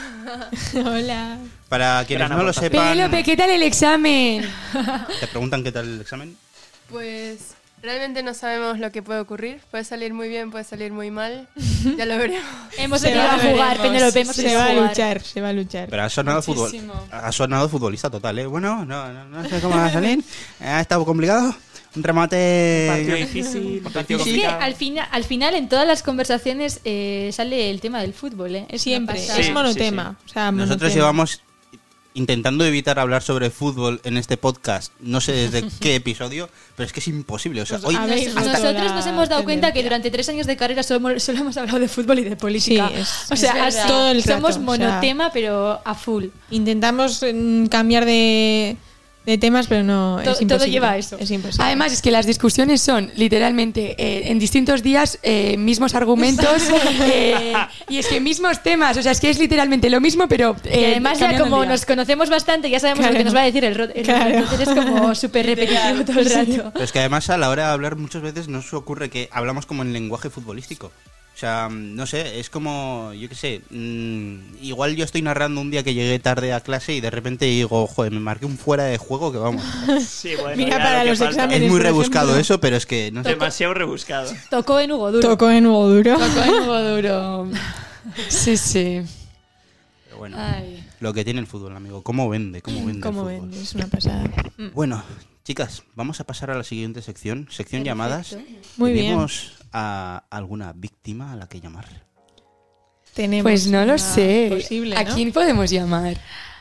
E: Hola.
A: Para quienes
C: Gran
A: no lo
C: aportación.
A: sepan,
D: Penélope, ¿qué tal el examen?
A: te preguntan qué tal el examen.
I: Pues realmente no sabemos lo que puede ocurrir. Puede salir muy bien, puede salir muy mal. Ya lo veremos.
F: Hemos
E: Se
F: venido
E: va,
F: a jugar,
E: veremos.
F: Penélope, hemos
E: Se
F: venido
E: va
F: a
E: a
F: jugar.
E: luchar, se va a luchar.
A: Pero ha sonado
D: Muchísimo.
A: ha sonado futbolista total, ¿eh? Bueno, no sé cómo va a salir. Ha estado complicado. Un remate...
C: Partido difícil, partido
F: Es que
C: complicado.
F: al final en todas las conversaciones sale el tema del fútbol, ¿eh? Es una
E: Siempre,
F: pasada.
E: es
C: Sí,
E: monotema. O sea,
A: Nosotros
E: monotema.
A: llevamos intentando evitar hablar sobre fútbol en este podcast, no sé desde qué episodio, pero es que es imposible. O sea,
E: Pues
A: hoy
E: habéis roto
F: Nosotros
E: la
F: nos hemos dado cuenta que
E: tendencia.
F: durante 3 años de carrera solo hemos hablado de fútbol y de política.
E: Sí,
F: o sea,
D: es verdad.
E: Todo el
F: somos
E: rato, o sea,
F: monotema, pero a full.
E: Intentamos cambiar de temas, pero no, es imposible.
F: Todo lleva a eso.
E: Es imposible.
D: Además, es que las discusiones son literalmente en distintos días mismos argumentos y es que mismos temas. O sea, es que es literalmente lo mismo, pero.
F: Y además ya
D: cambiando
F: como
D: el día.
F: nos conocemos bastante, ya sabemos
E: Claro.
F: lo que nos va a decir el rot.
E: Claro.
F: Entonces es como súper repetitivo todo el rato.
A: Pero es que además a la hora de hablar muchas veces nos ocurre que hablamos como en lenguaje futbolístico. O sea, no sé, es como, yo qué sé, igual yo estoy narrando un día que llegué tarde a clase y de repente digo, joder, me marqué un fuera de juego que vamos.
C: Sí, bueno,
E: Mira,
C: ya
E: para
C: lo que
E: los
C: falta.
E: exámenes.
A: Es muy
E: por
A: rebuscado
E: ejemplo.
A: eso, pero es que, no sé.
C: Demasiado rebuscado.
F: Tocó en Hugo Duro.
E: Tocó en Hugo Duro.
D: Tocó en Hugo Duro. Sí, sí.
A: Pero bueno,
D: Ay.
A: lo que tiene el fútbol, amigo. ¿Cómo vende? ¿Cómo vende
E: Como
A: el fútbol?
E: ven, es una pasada.
A: Bueno, chicas, vamos a pasar a la siguiente sección. Sección llamadas.
E: Muy bien.
A: ¿Tenemos a alguna víctima a la que llamar?
E: Tenemos
D: Pues no lo
E: una
D: sé.
E: Posible,
D: ¿A
E: ¿no?
D: quién podemos llamar?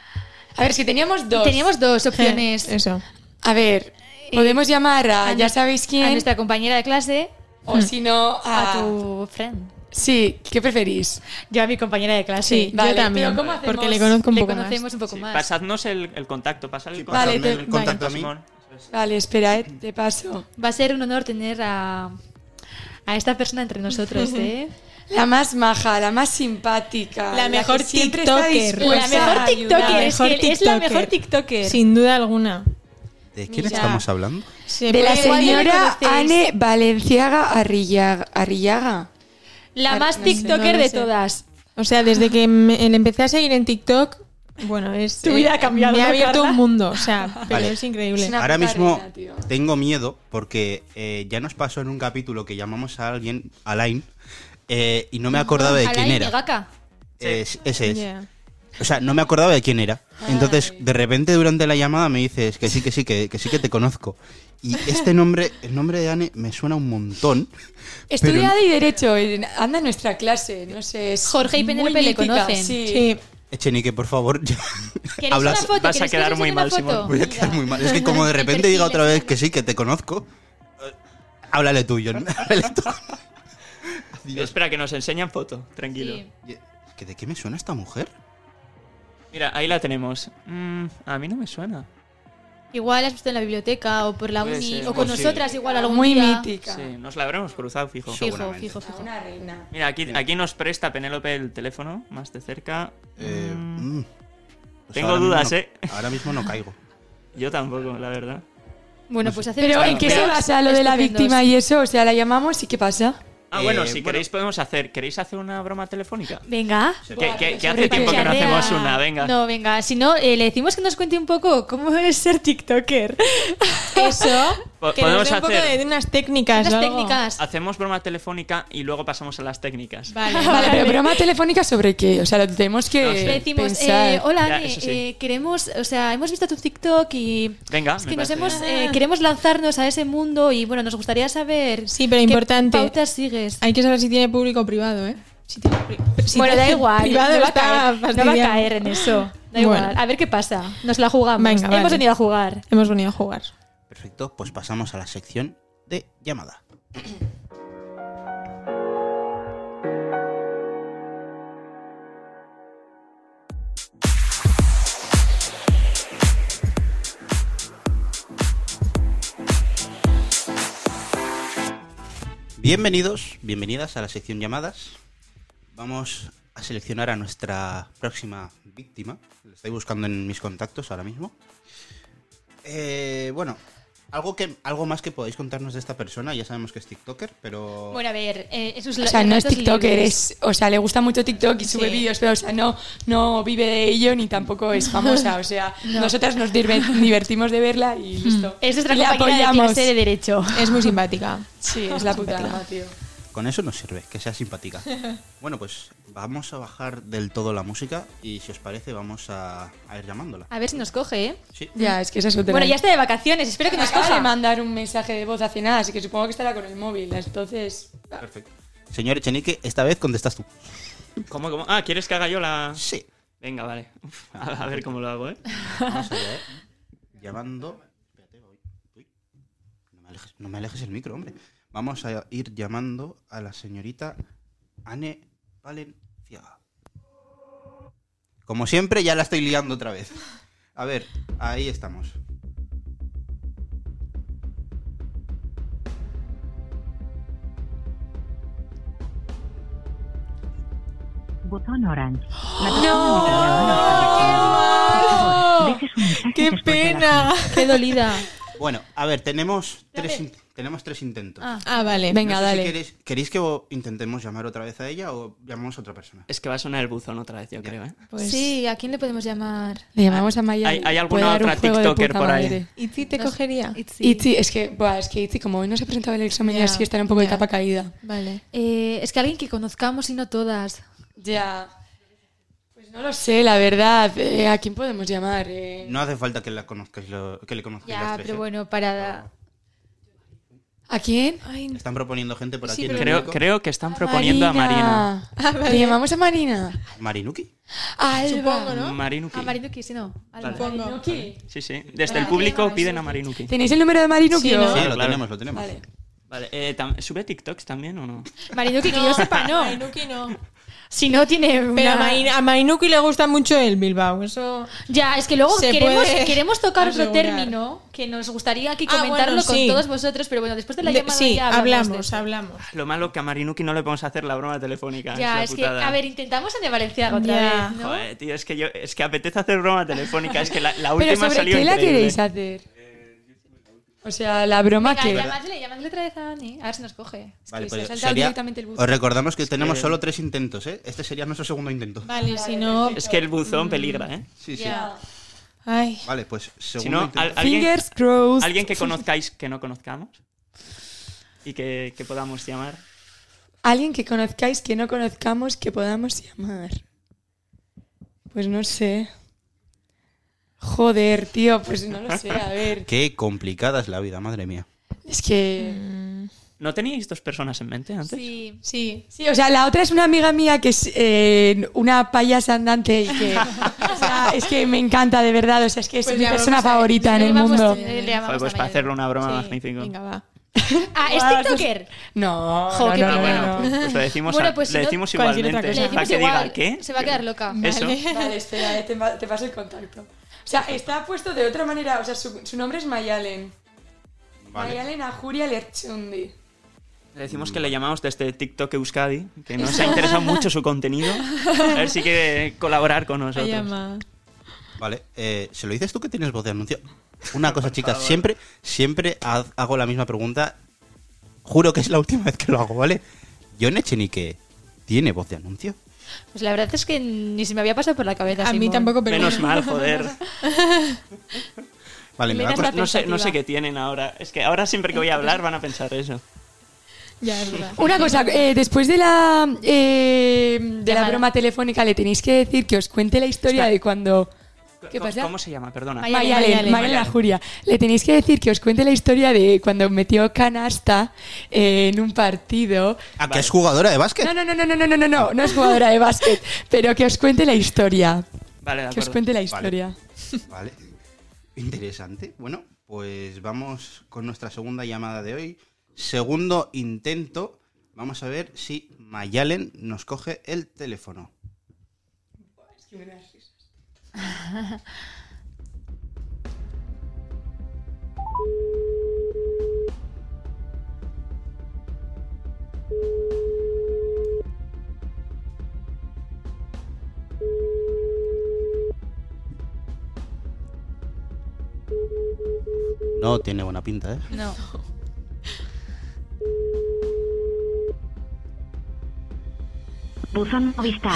D: A ver, es que teníamos dos.
F: Teníamos dos opciones.
E: Eso.
D: A ver, podemos llamar a ya sabéis
F: A
D: quién,
F: nuestra compañera de clase,
D: o si no
F: a
D: a...
F: tu friend.
D: Sí, ¿qué preferís?
F: Yo a mi compañera de clase.
E: Sí,
D: Vale,
E: yo también.
D: pero ¿cómo hacemos?
E: Porque le conozco un
F: Le
E: poco
F: conocemos
E: más.
F: un poco
C: Sí,
F: más.
C: pasadnos el contacto, pasad el
D: Vale,
C: contacto.
A: Pasadme el contacto a mí.
C: Simón.
D: Vale, espera, te paso.
F: Va a ser un honor tener a esta persona entre nosotros, ¿eh?
D: La más maja, la más simpática.
E: La mejor
D: que siempre está
E: tiktoker.
D: dispuesta
F: La mejor
D: a
F: TikToker,
D: ayudar.
F: es que es la mejor TikToker.
E: Sin duda alguna.
A: ¿De quién
D: Mira.
A: estamos hablando?
E: Se
D: De la
E: puede-
F: igual ya le
D: señora
F: conocéis.
D: Anne Valenciaga Arrillaga.
F: La más
D: No sé,
F: TikToker
E: no lo
F: de
E: sé.
F: todas.
E: O sea, desde que le empecé a seguir en TikTok, bueno, es.
F: Tu vida ha cambiado,
E: Me ha
F: ¿no,
E: abierto
F: Carla?
E: un mundo. O sea, pero
A: Vale.
E: es increíble.
D: Es una
A: Ahora
D: puta
A: mismo
D: reina, tío.
A: tengo miedo porque ya nos pasó en un capítulo que llamamos a alguien, Alain, y no me acordaba de quién
F: Alain
A: era.
F: Negaka.
A: Ese es.
E: Ya.
A: O sea, no me acordaba de quién era. Entonces, de repente durante la llamada me dices que sí que te conozco. Y este nombre, el nombre de Anne, me suena un montón.
D: Estudia de Derecho, anda en nuestra clase, no sé. es
F: Jorge y
D: muy
F: Penélope le
D: mítica,
F: conocen.
D: Sí.
E: Sí.
A: Echenique, por favor. ya.
F: ¿Queréis
A: Hablas-
F: una foto?
C: vas a
F: ¿Queréis que
C: quedar
F: os
C: muy
F: enseñe una
C: mal,
F: foto?
C: Simón.
A: Voy a quedar muy mal. Es que como de
F: El
A: repente
F: perfil
A: diga otra
F: es-
A: vez que sí, que te conozco. Háblale tú, John. Háblale tú.
C: Espera, que nos enseñan foto, tranquilo.
F: Sí.
A: ¿Que ¿De qué me suena esta mujer?
C: Mira, ahí la tenemos. A mí no me suena.
F: Igual has visto en la biblioteca o por la
C: Puede
F: uni
C: ser,
F: o con
C: posible.
F: nosotras igual algún
D: Muy
F: día.
D: mítica.
C: Sí, nos la habremos cruzado, fijo.
F: Fijo,
A: Seguramente.
F: fijo, fijo.
D: Una reina.
C: Mira, aquí nos presta Penélope el teléfono, más de cerca.
A: Pues
C: Tengo
A: ahora
C: dudas,
A: mismo Ahora mismo no caigo.
C: Yo tampoco, la verdad.
F: Bueno, pues hacemos
D: Pero ¿en qué se basa lo de la
F: estupendos.
D: víctima y eso? O sea, la llamamos y ¿qué pasa?
C: Bueno,
A: bueno.
C: ¿queréis hacer una broma telefónica?
F: Venga.
C: Que hace
D: sobre
C: tiempo
D: qué.
C: que no
F: Charrea.
C: hacemos una, venga.
F: No, venga, si no, le decimos que nos cuente un poco cómo es ser TikToker. Eso.
E: Que nos dé un poco de unas técnicas.
F: Unas
E: o algo.
F: técnicas.
C: Hacemos broma telefónica y luego pasamos a las técnicas.
E: Vale.
D: Vale, pero broma telefónica sobre qué? O sea, lo tenemos que
C: No sé.
F: Le decimos,
D: pensar.
F: hola,
C: Ya,
F: Anne,
C: eso sí.
F: queremos, o sea, hemos visto tu TikTok y
C: Venga,
F: es
C: me
F: que nos
C: parece
F: hemos, queremos lanzarnos a ese mundo y bueno, nos gustaría saber
E: Sí, pero
F: qué
E: importante.
F: pautas sigues.
E: Hay que saber si tiene público o privado, ¿eh? Si tiene si
F: Bueno,
E: tiene
F: da igual,
E: privado
F: no va, a
E: está
F: caer, no va a
E: fastidiando.
F: caer en eso. Da
E: Bueno.
F: igual, a ver qué pasa. Nos la jugamos.
E: Venga,
F: Hemos
E: vale.
F: venido a jugar.
E: Hemos venido a jugar.
A: Perfecto, pues pasamos a la sección de llamada. Bienvenidos, bienvenidas a la sección llamadas. Vamos a seleccionar a nuestra próxima víctima. Lo estoy buscando en mis contactos ahora mismo. Bueno, algo más que podáis contarnos de esta persona. Ya sabemos que es TikToker, pero...
F: Bueno, a ver, esos
D: O sea, no es
F: relatos
D: TikToker,
F: libres.
D: o sea, le gusta mucho TikTok y sube
F: Sí.
D: vídeos, pero o sea, no vive de ello ni tampoco es famosa. O sea, nosotras nos divertimos de verla y listo.
F: Es nuestra
D: Y le
F: compañera de
D: apoyamos.
F: clase de Derecho.
E: Es muy simpática.
D: Sí, es la puta ama, tío.
A: Con eso nos sirve, que sea simpática. Bueno, pues vamos a bajar del todo la música y si os parece vamos a ir llamándola.
F: A ver si nos coge, ¿eh?
A: Sí.
D: Ya, es que esa es otra.
F: Bueno, ya está de vacaciones, espero que
D: me
F: nos
D: acaba de
F: coja.
D: mandar un mensaje de voz hace nada, así que supongo que estará con el móvil. Entonces,
A: Perfecto. Señor Echenique, esta vez contestas tú.
C: ¿Cómo? Ah, ¿quieres que haga yo la...?
A: Sí.
C: Venga, vale. Uf, a ver cómo lo hago, ¿eh?
A: Vamos allá, Llamando... Espérate, uy. No me alejes el micro, hombre. Vamos a ir llamando a la señorita Anne Valenciaga. Como siempre, ya la estoy liando otra vez. A ver, ahí estamos.
J: Botón orange.
E: ¡Qué pena!
F: ¡Qué dolida!
A: Bueno, a ver, tenemos tres intentos.
E: Ah, vale.
D: venga,
A: No sé
D: dale.
A: si queréis que intentemos llamar otra vez a ella o llamamos a otra persona.
C: Es que va a sonar el buzón otra vez, yo creo, ¿eh?
D: Pues
F: Sí, ¿a quién le podemos llamar?
D: le llamamos a Maya.
C: ¿Hay alguna otra TikToker por ahí?
E: ¿Itzi te cogería?
D: Itzi, es que Itzi, como hoy no se presentaba el examen,
F: Ya,
D: ya sí está en un poco de
F: ya.
D: capa caída.
E: Vale.
F: Es que alguien que conozcamos y no todas.
D: Ya. Pues no lo sé, la verdad. ¿A quién podemos llamar?
A: No hace falta que la conozcáis, que le conozcáis las
F: Ya,
A: tres,
F: pero
A: ¿eh?
F: bueno, para...
D: ¿A quién?
A: Están proponiendo gente por aquí
E: Sí,
A: en el
E: pero-
A: público.
C: Creo que están proponiendo a Marina.
D: ¿Le llamamos a Marina?
A: ¿Marinuki?
D: A Alba.
E: Supongo, ¿no?
C: Marinuki.
F: A Marinuki, sí, no. Alba.
C: Vale.
D: Marinuki.
C: Sí, sí. Desde el público piden a Marinuki.
D: ¿Tenéis el número de Marinuki?
E: Sí,
D: o-
E: ¿no?
A: Sí,
C: Sí,
A: lo
C: claro.
A: tenemos, lo tenemos.
D: Vale.
C: Vale, ¿sube TikToks también o no?
F: Marinuki, que yo sepa, no.
E: Mainuki no.
F: Si no tiene
E: Pero
F: una...
E: a Mainuki le gusta mucho el Bilbao. Eso.
F: Ya, es que luego
E: Se
F: queremos,
E: puede
F: queremos tocar otro
E: asegurar.
F: término que nos gustaría aquí
E: Ah,
F: comentarlo
E: bueno,
F: con
E: sí.
F: todos vosotros, pero bueno, después de la llamada
E: Sí,
F: ya hablamos de
E: hablamos,
F: eso.
E: hablamos.
C: Lo malo que a Marinuki no le podemos hacer la broma telefónica.
F: Ya,
C: la
F: es que,
C: putada.
F: a ver, intentamos en de Valenciaga otra
E: Ya.
F: vez, ¿no?
C: Joder, tío, es que apetece hacer broma telefónica. Es que la
D: ¿Pero
C: última
D: sobre
C: salió
D: qué la
C: increíble.
D: queréis hacer? O sea, la broma
F: Venga,
D: que...
F: llamadle otra vez a Ani, a ver si nos coge.
A: Vale,
D: que se ha
A: pues
D: saltado
A: sería-
D: directamente el buzón.
A: os recordamos que tenemos solo 3 intentos, ¿eh? Este sería nuestro segundo intento.
E: Vale, si no.
C: Es que el buzón peligra, ¿eh?
A: Sí, sí.
F: Ya.
E: Ay.
A: Vale, pues
C: Si
A: segundo
C: no,
A: intento.
D: Fingers crossed.
C: alguien que conozcáis que no conozcamos y que podamos llamar.
D: Alguien que conozcáis, que no conozcamos, que podamos llamar. Pues no sé. Joder, tío, pues no lo sé, a ver.
A: Qué complicada es la vida, madre mía.
D: Es que...
C: ¿No teníais dos personas en mente antes?
F: Sí.
E: Sí.
D: Sí, o sea, la otra es una amiga mía que es una payasa andante y que... O sea, es que me encanta, de verdad. O sea, es que es
E: Pues
D: mi
E: ya
D: persona
E: vamos a-
D: favorita en
F: Le
D: el
F: llamamos-
D: mundo.
F: le llamamos
C: Joder, pues
F: a
C: para
F: Maya.
C: hacerle una broma
E: Sí,
C: magnífico.
E: Venga, va.
F: Ah, ¿es
D: Guau,
F: TikToker?
D: No,
F: Jo,
D: no,
F: qué
D: no,
F: pena.
C: Bueno,
D: no, no.
C: pues lo decimos,
F: Bueno, pues si
C: le
F: no,
C: decimos
E: cualquier otra
C: igualmente.
E: cosa.
F: Le
C: Para
F: decimos
C: que
F: igual.
C: diga, ¿qué?
F: Se va a quedar loca.
C: Eso.
D: Vale, espera, te paso el contacto. O sea, está puesto de otra manera. O sea, su nombre es Mayalen.
A: Vale.
D: Mayalen Ajuria Lerchundi.
C: Le decimos que le llamamos desde TikTok Euskadi, que nos ha interesado mucho su contenido. A ver si quiere colaborar con
E: La
C: nosotros.
E: llama.
A: Vale, ¿se lo dices tú que tienes voz de anuncio? Una cosa, chicas, siempre hago la misma pregunta. Juro que es la última vez que lo hago, ¿vale? ¿Jon Echenique tiene voz de anuncio?
F: Pues la verdad es que ni se me había pasado por la cabeza.
E: A mí
F: Simón.
E: tampoco, pero.
C: Menos mal, joder.
A: Vale, me va a
F: Elena es la
A: costar-
C: No sé qué tienen ahora. Es que ahora siempre que voy a hablar van a pensar eso.
E: Ya, es verdad.
D: Una cosa, después de la
F: Llamada.
D: broma telefónica, le tenéis que decir que os cuente la historia
C: Espera.
D: de cuando... ¿Qué
C: ¿Cómo-
D: pasa?
C: ¿Cómo se llama? Perdona.
D: Mayalen Ajuria. Le tenéis que decir que os cuente la historia de cuando metió canasta en un partido.
A: ¿A que es jugadora de básquet?
D: No es jugadora de básquet, pero que os cuente la historia.
C: Vale, de
D: Que os
C: acuerdo.
D: cuente la historia.
A: Vale. Interesante. Bueno, pues vamos con nuestra segunda llamada de hoy. Segundo intento. Vamos a ver si Mayalen nos coge el teléfono. No tiene buena pinta, ¿eh?
F: No.
J: Buzón Movistar.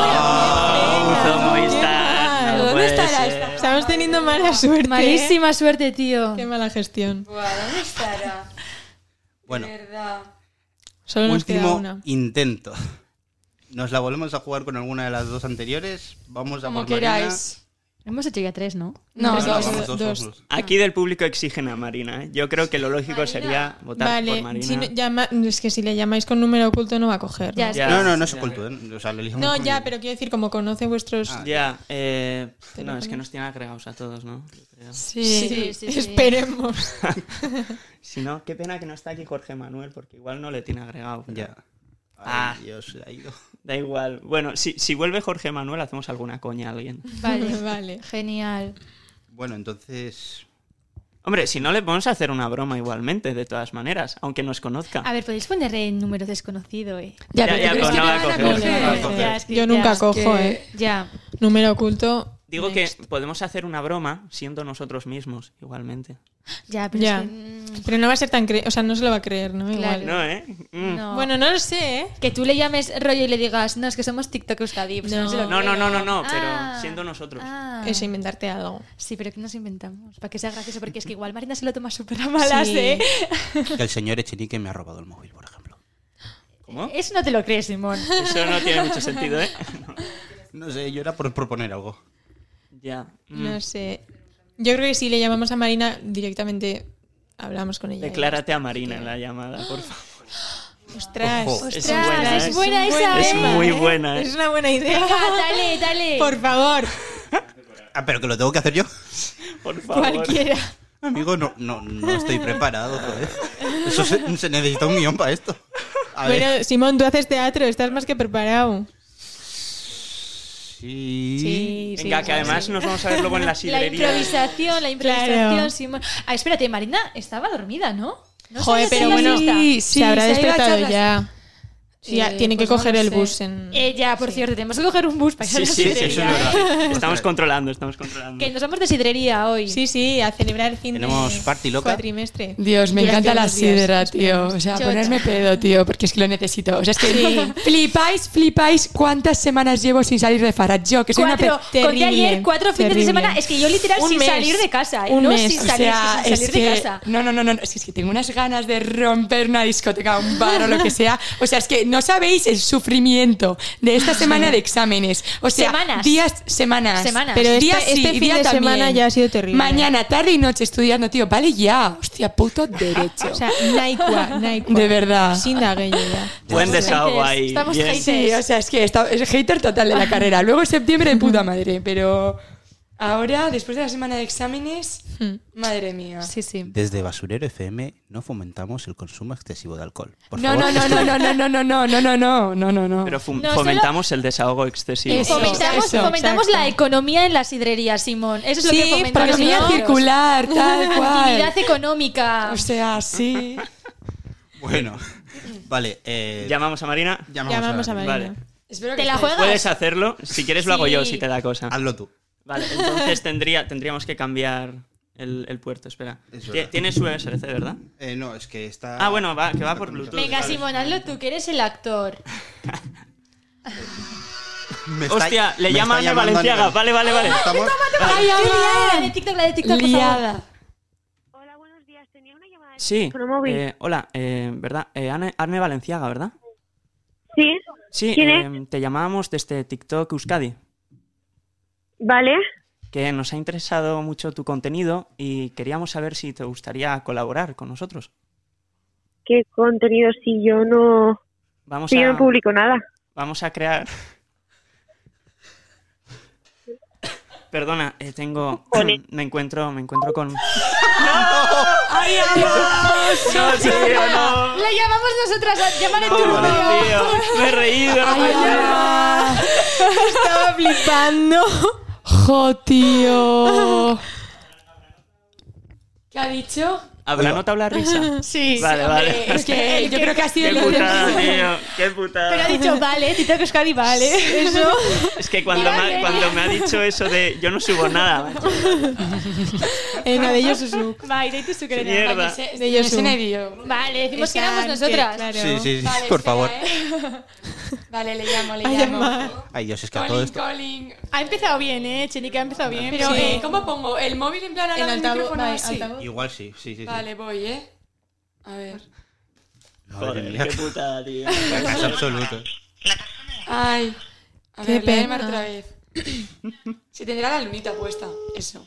C: Movistar. No
E: ¿Dónde
C: puede
E: estará?
C: ser.
E: Estamos teniendo mala suerte.
F: Malísima suerte, tío.
E: Qué mala gestión.
D: ¿Dónde estará?
A: Bueno,
D: De verdad.
E: Solo nos queda
A: último
E: una.
A: intento. ¿Nos la volvemos a jugar con alguna de las dos anteriores? Vamos a
D: Como
A: por Marina.
D: queráis.
F: Hemos hecho ya 3, ¿no?
D: No,
A: Venga,
D: dos.
A: vamos,
E: dos.
C: Aquí del público exigen a Marina, ¿eh? Yo creo que lo lógico sería votar por
E: Vale,
C: Marina.
E: si es que si le llamáis con número oculto no va a coger.
F: Ya,
E: ¿no?
F: es
C: Ya.
A: No, no es
C: Ya.
A: oculto, ¿eh? O sea, le elegimos
E: No,
A: con
E: ya,
A: el-
E: pero quiero decir, como conoce vuestros...
C: Ya, no, es
E: ¿Teléfonos?
C: que nos tienen agregados a todos, ¿no? Yo creo.
D: Sí.
E: Esperemos.
C: Si no, qué pena que no está aquí Jorge Manuel, porque igual no le tiene agregado. pero-
A: Ya.
C: Ah.
A: Ay, Dios, se ha ido.
C: Da igual. Bueno, si vuelve Jorge Manuel, hacemos alguna coña a alguien.
F: Vale.
E: Vale.
F: Genial.
A: Bueno, entonces...
C: Hombre, si no, le podemos hacer una broma igualmente, de todas maneras, aunque nos conozca.
F: A ver, podéis ponerle número desconocido,
C: Ya,
D: pero
C: ya,
D: ¿tú crees
C: pues
D: que
C: no
D: me
C: va a
D: van a
C: coger.
D: coger?
A: No va a coger.
F: Ya, es que
E: Yo nunca
F: ya.
E: cojo,
D: que-
F: Ya.
E: Número oculto.
C: Digo que podemos hacer una broma siendo nosotros mismos, igualmente.
F: Ya, pero
E: Ya.
F: es que,
E: Pero no va a ser tan... O sea, no se lo va a creer, ¿no?
F: Claro.
E: Igual.
C: ¿No, eh?
F: no.
E: Bueno, no lo sé, ¿eh?
F: Que tú le llames rollo y le digas, no, es que somos TikTok Euskadi. Pues
E: No.
F: se lo
C: No,
F: creo.
C: no,
F: Ah.
C: pero siendo nosotros.
F: Ah.
E: Eso, inventarte algo.
F: Sí, pero que nos inventamos. Para que sea gracioso, porque es que igual Marina se lo toma súper a malas,
E: Sí.
F: ¿eh?
A: Que el señor Echenique me ha robado el móvil, por ejemplo.
C: ¿Cómo?
F: Eso no te lo crees, Simón.
C: Eso no tiene mucho sentido, ¿eh?
A: No sé, yo era por proponer algo.
C: Ya.
E: No sé. Yo creo que si le llamamos a Marina directamente hablamos con ella.
C: Declárate a Marina en la llamada, por favor.
E: Ostras.
A: Ojo.
C: Es
F: Ostras,
C: buena,
F: es
C: ¿eh?
F: buena esa,
C: Es
F: ¿eh?
C: muy buena, ¿eh?
E: Es una buena idea.
F: Venga, dale, dale.
E: Por favor,
A: Ah, pero que lo tengo que hacer yo.
C: Por favor.
E: cualquiera.
A: Amigo, no estoy preparado, joder. Eso se necesita un guión para esto. A ver.
E: Bueno, Simón, tú haces teatro, estás más que preparado.
A: Sí.
C: Venga, que además nos vamos a ver luego en la
F: La
C: sidrería.
F: improvisación,
E: Claro.
F: Simón. Ah, espérate, Marina estaba dormida, ¿no? ¿No
E: Joder,
F: sabías
E: pero
F: que
E: bueno,
F: la siesta?
E: se habrá
D: se iba a
E: despertado
D: echar las-
E: ya. Sí, ya tiene que
D: pues no
E: coger
D: lo
E: el
D: sé.
E: bus en...
F: Ya, por cierto, tenemos que coger un bus para ir a
C: Sí,
F: la
C: sí,
F: sidrería.
C: eso es verdad. Estamos controlando.
F: Que nos vamos de sidrería hoy.
E: Sí, a celebrar el fin
A: Tenemos
E: de
A: party loca.
E: cuatrimestre.
D: Dios, me
E: Durante
D: encanta la
E: unos días.
D: sidra, tío. O sea,
F: Chota.
D: ponerme pedo, tío, porque es que lo necesito. O sea, es que flipáis cuántas semanas llevo sin salir de Farad. Yo, que soy una...
F: Conté ayer 4 fines de
E: terrible.
F: semana. Es que yo literal
E: Un
F: sin
E: mes.
F: salir de casa.
E: Un
F: no
E: mes.
F: sin
D: O
F: salir,
D: sea,
F: sin
D: es
F: salir
D: que...
F: de casa.
D: No. Es que tengo unas ganas de romper una discoteca, un bar o lo que sea. O sea, es que no sabéis el sufrimiento de esta semana de exámenes. O sea,
F: Semanas.
E: Pero
D: días
E: este
D: sí,
E: fin
D: día
E: de
D: también.
E: semana ya ha sido terrible.
D: Mañana, tarde y noche estudiando, tío. Vale ya. Hostia, puto derecho.
E: O sea, naikua.
D: De verdad.
E: Sin daguello ya.
C: Buen desahogo
F: haters,
C: ahí.
F: estamos
C: Bien.
F: haters.
D: Sí, o sea, es que es hater total de la carrera. Luego en septiembre de puta madre, pero ahora, después de la semana de exámenes, madre mía.
F: Sí, sí.
A: Desde Basurero FM no fomentamos el consumo excesivo de alcohol. Por
D: No,
A: favor,
D: no.
C: Pero
F: No,
C: fomentamos el desahogo excesivo.
D: Eso.
F: Fomentamos
D: exacto.
F: la economía en la sidrería, Simón. Eso es lo que
D: Sí,
F: fomentamos.
D: economía
F: ¿no?
D: circular, tal cual.
F: Actividad económica.
D: O sea, sí.
A: Bueno, vale.
C: ¿Llamamos a Marina?
E: Llamamos a Marina.
C: Vale.
D: Espero
F: ¿Te la juegas?
C: Puedes hacerlo. Si quieres lo hago yo,
F: Sí.
C: si te da cosa.
A: Hazlo tú.
C: Vale, entonces tendríamos que cambiar el puerto. Espera.
A: Es verdad.
C: Tienes USRC, ¿verdad?
A: No, es que está...
C: Ah, bueno, que va por Bluetooth.
F: Venga,
C: Vale.
F: Simón, hazlo tú, que eres el actor.
A: Me está-
C: Hostia, le
A: me
C: llama
A: está
C: Ana
A: llamando
C: Valenciaga.
A: Ana.
C: Vale.
A: Estamos-
F: ¡Ay, la de TikTok, por favor!
D: Liada.
J: Hola, buenos días. Tenía una llamada de
C: Sí.
J: teléfono móvil.
C: Hola, ¿verdad? Arne Valenciaga, ¿verdad?
J: Sí,
C: Sí,
J: ¿Quién es?
C: te llamábamos desde TikTok Euskadi,
J: vale.
C: que nos ha interesado mucho tu contenido y queríamos saber si te gustaría colaborar con nosotros.
J: ¿Qué contenido si yo no publico nada?
C: Vamos a crear... Perdona, tengo... me encuentro con...
D: ¡Ay, Dios!
C: No, tío, no.
F: La llamamos nosotras, llámale tú.
C: Oh, tío, me he reído.
E: Estaba flipando.
D: ¡Jo, tío! ¿Qué ha dicho?
C: ¿Habrá notado la risa?
F: Sí.
C: Vale, vale.
D: Es que yo creo que ha sido
C: Qué
D: el
C: putada, tío. Qué putada.
F: Pero ha dicho, vale, Tito Euskadi, vale. Eso.
C: Es que cuando me ha dicho eso de yo no subo nada, macho.
E: No, de Yosusu.
F: Va, y tú que
C: Mierda.
E: De Yosu.
F: Vale, decimos que éramos nosotras.
E: Claro.
A: Sí,
D: Vale,
A: por
D: espera,
A: favor.
D: Vale, le llamo.
E: llamar.
A: Ay, Dios, es que a todo esto...
D: Calling.
F: Ha empezado bien, Chenica, ha empezado bien.
D: Pero,
E: Sí.
D: ¿cómo pongo? ¿El móvil en plan al
E: En
D: lado del
E: altavoz,
D: micrófono
E: vale,
D: así?
E: altavoz.
A: Igual sí.
D: Vale, voy, A ver.
A: Madre
C: Joder,
A: mía.
C: qué putada, tío.
A: Fracaso absoluto.
D: Ay. A
E: Qué
D: ver, voy a
E: pena.
D: llamar otra vez. Si tendrá la lunita puesta. Eso.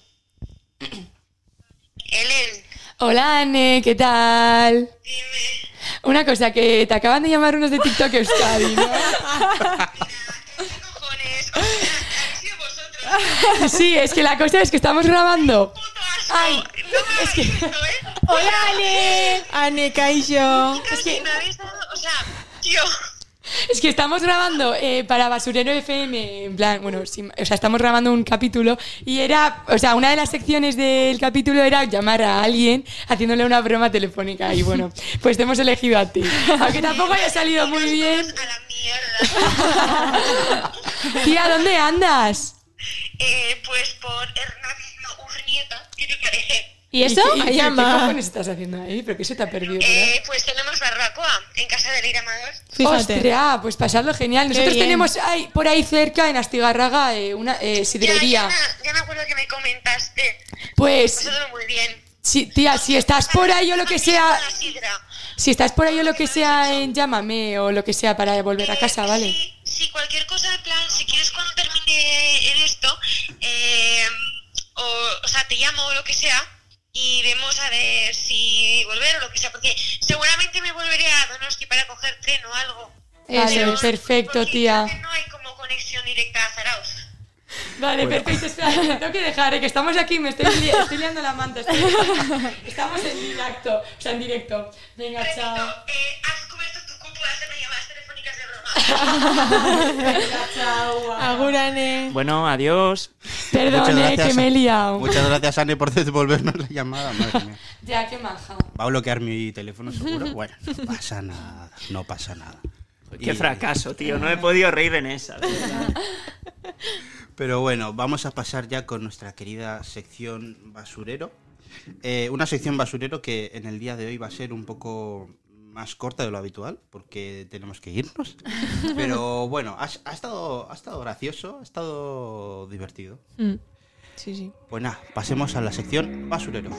J: Helen,
D: Hola, Anne, ¿qué tal?
J: dime.
D: Una cosa, que te acaban de llamar unos de TikTok Euskadi, ¿no?
J: ¿Qué cojones? O sea, habéis sido vosotros.
D: Sí, es que la cosa es que estamos grabando.
J: Puto asco.
D: Ay,
J: No me habéis visto, ¿eh?
F: ¡Hola, Ale!
E: Ane, Kaisho.
J: Casi me habéis dado... O sea, tío...
D: Es que estamos grabando para Basurero FM, en plan, bueno, o sea, estamos grabando un capítulo y era, o sea, una de las secciones del capítulo era llamar a alguien haciéndole una broma telefónica y bueno, pues te hemos elegido a ti. Aunque tampoco haya salido muy bien.
J: A la mierda.
D: Tía, ¿dónde andas?
J: Pues por Hernando Urnieta, ¿qué te parece?
F: ¿Y eso?
D: ¿Qué
E: llama.
D: cojones estás haciendo ahí? ¿Pero qué se te ha perdido por ahí?
J: Pues tenemos barbacoa en casa del Leire Amador.
E: Fíjate.
D: ¡Ostras! Pues pasarlo genial. Nosotros
E: bien.
D: tenemos por ahí cerca, en Astigarraga, una sidrería.
J: Ya me acuerdo que me comentaste.
D: Pues,
J: Todo muy bien.
D: tía, si estás por ahí o lo que sea...
J: La sidra.
D: Si estás por ahí o lo que sea, llámame o lo que sea para volver a casa, ¿vale?
J: Sí, cualquier cosa, en plan, si quieres cuando termine en esto, o sea, te llamo o lo que sea y vemos a ver si volver o lo que sea, porque seguramente me volveré a Donosti para coger tren o algo.
D: Vale, perfecto,
J: Porque
D: tía.
J: creo que no hay como conexión directa a Zarauz.
D: Vale, perfecto. Espera, que me tengo que dejar, que estamos aquí, me estoy liando la manta. Estamos en directo, o sea, en directo. Venga, chao.
J: Has cubierto tu cupo de hacerme llamadas telefónicas de broma.
D: Venga, chao.
E: Agur, Ane.
C: Bueno, adiós.
D: Perdone, que me he liado.
A: Muchas gracias, Anne, por devolvernos la llamada. Madre mía.
D: Ya, qué maja.
A: ¿Va a bloquear mi teléfono seguro? Bueno, no pasa nada.
C: Qué fracaso, tío. No he podido reír en esa. de verdad.
A: Pero bueno, vamos a pasar ya con nuestra querida sección basurero. Una sección basurero que en el día de hoy va a ser un poco más corta de lo habitual, porque tenemos que irnos. Pero bueno, ha estado gracioso, ha estado divertido.
E: Sí.
A: Pues nada, pasemos a la sección basurero.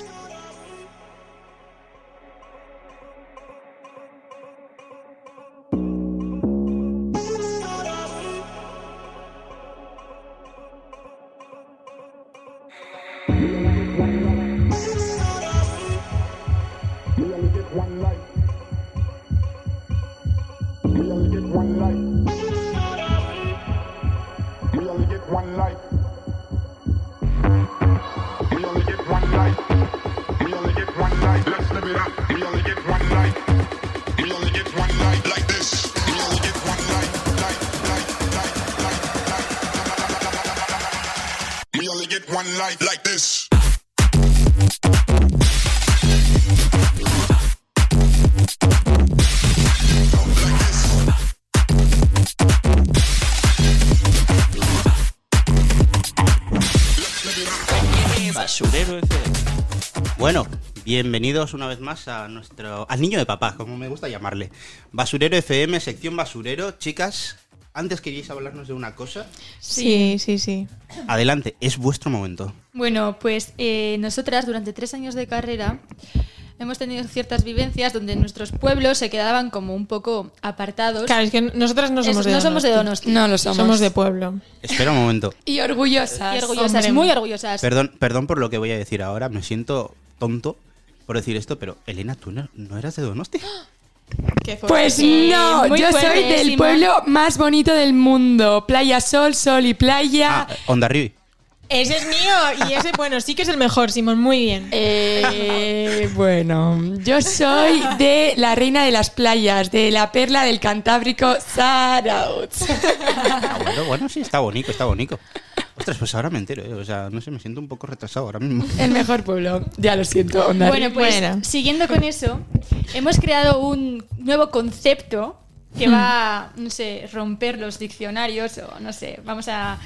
C: Basurero FM.
A: Bueno, bienvenidos una vez más a al niño de papá, como me gusta llamarle. Basurero FM, sección basurero. Chicas, antes queríais hablarnos de una cosa.
E: Sí.
A: Adelante, es vuestro momento.
F: Bueno, pues nosotras durante 3 años de carrera hemos tenido ciertas vivencias donde nuestros pueblos se quedaban como un poco apartados.
E: Claro, es que nosotras no somos de
F: No somos de Donosti.
D: No lo somos.
E: Somos de pueblo.
A: Espera un momento.
D: Y orgullosas.
F: Y orgullosas,
E: Hombre.
F: muy orgullosas.
A: Perdón por lo que voy a decir ahora, me siento tonto por decir esto, pero Elena, ¿tú no eras de Donosti?
E: Qué fuerte.
D: Pues
F: Sí,
D: no,
F: muy
D: yo soy del
F: fuertísima.
D: pueblo más bonito del mundo. Playa Sol, Sol y Playa.
A: Hondarribi.
E: Ese es mío y ese, bueno, sí que es el mejor, Simón, muy bien.
D: Bueno, yo soy de la reina de las playas, de la perla del Cantábrico, Zarauz.
A: Bueno, sí, está bonito. Ostras, pues ahora me entero, ¿eh? O sea, no sé, me siento un poco retrasado ahora mismo.
D: El mejor pueblo. Ya lo siento, Ondari.
F: Bueno, pues
E: Bueno.
F: siguiendo con eso, hemos creado un nuevo concepto que va a, no sé, romper los diccionarios o no sé, vamos a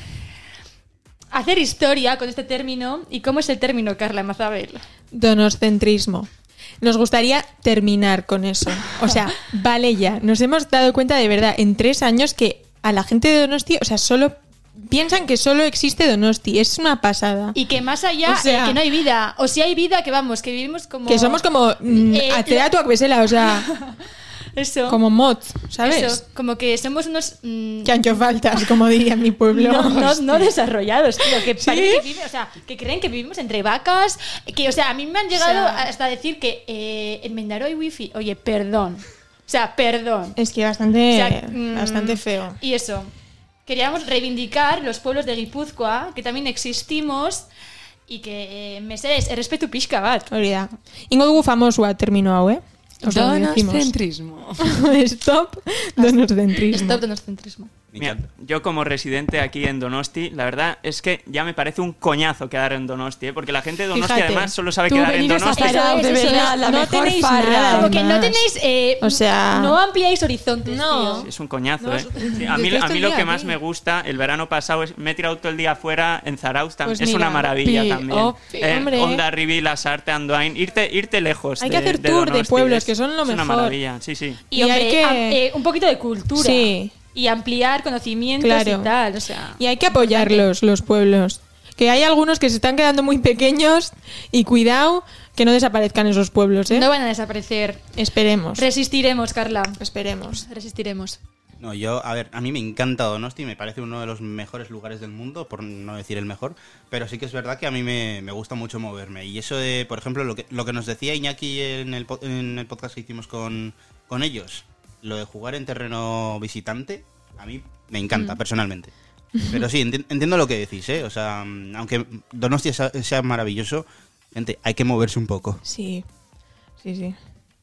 F: hacer historia con este término. ¿Y cómo es el término, Carla Mazabel?
E: Donoscentrismo. Nos gustaría terminar con eso. O sea, vale ya. Nos hemos dado cuenta de verdad en 3 años que a la gente de Donosti, o sea, solo piensan que solo existe Donosti. Es una pasada.
F: Y que más allá,
E: O sea,
F: que no hay vida. O si hay vida, que vamos, que vivimos como...
E: Que somos como Atea tu Acuesela, o sea,
F: Eso.
E: como mods, ¿sabes?
F: Eso, como que somos unos...
E: Que ancho faltas, como diría mi pueblo.
F: No desarrollados, tío, que
E: ¿Sí?
F: parece que viven, o sea, que creen que vivimos entre vacas, que, o sea, a mí me han llegado
E: O sea,
F: hasta decir que en Mendaro hay wifi. Oye, perdón. O sea, perdón.
E: Es que bastante,
F: O sea,
E: bastante feo.
F: Y eso, queríamos reivindicar los pueblos de Guipúzcoa, que también existimos, y que mesedez, errespetu pixka bat.
E: Hori da. Ingo dugu famosua termino hau, eh? Os lo decimos.
D: Donoscentrismo.
E: Stop donoscentrismo.
F: Stop donoscentrismo.
C: Mira, yo como residente aquí en Donosti, la verdad es que ya me parece un coñazo quedar en Donosti, ¿eh? Porque la gente de Donosti
E: Fíjate,
C: además solo sabe
D: tú
C: quedar en
D: veniros a
C: Donosti.
D: Zarauz, de
F: Eso es,
D: verdad, la
E: no
D: mejor
E: tenéis
D: farra.
E: nada.
F: Como que no
E: Además.
F: tenéis...
E: O sea,
F: no ampliáis horizontes,
E: no.
F: tío.
C: Es un coñazo,
E: No,
C: ¿eh? Sí, a mí
E: yo estoy
C: lo que
E: aquí.
C: más me gusta, el verano pasado, me he tirado todo el día afuera en Zarauz,
E: Pues
C: es
E: mira,
C: una maravilla
D: pi,
C: también.
E: hombre.
C: Hondarribí, Lasarte, Andoain, irte lejos.
E: Hay que hacer tour de
C: Donosti,
E: pueblos, que son lo
C: es una
E: mejor.
C: maravilla, sí, sí.
F: Y,
E: Y
F: hombre,
E: hay que-
F: un poquito de cultura.
E: Sí.
F: Y ampliar conocimientos
E: Claro.
F: y tal, o sea...
E: Y hay que apoyarlos, los pueblos. Que hay algunos que se están quedando muy pequeños y cuidado que no desaparezcan esos pueblos, ¿eh?
F: No van a desaparecer.
E: Esperemos.
F: Resistiremos, Carla.
E: Esperemos.
F: Resistiremos.
A: No, a mí me encanta Donosti, me parece uno de los mejores lugares del mundo, por no decir el mejor, pero sí que es verdad que a mí me gusta mucho moverme. Y eso de, por ejemplo, lo que nos decía Iñaki en el podcast que hicimos con ellos, lo de jugar en terreno visitante, a mí me encanta, personalmente. Pero sí, entiendo lo que decís, ¿eh? O sea, aunque Donosti sea maravilloso, gente, hay que moverse un poco.
E: Sí. Sí, sí.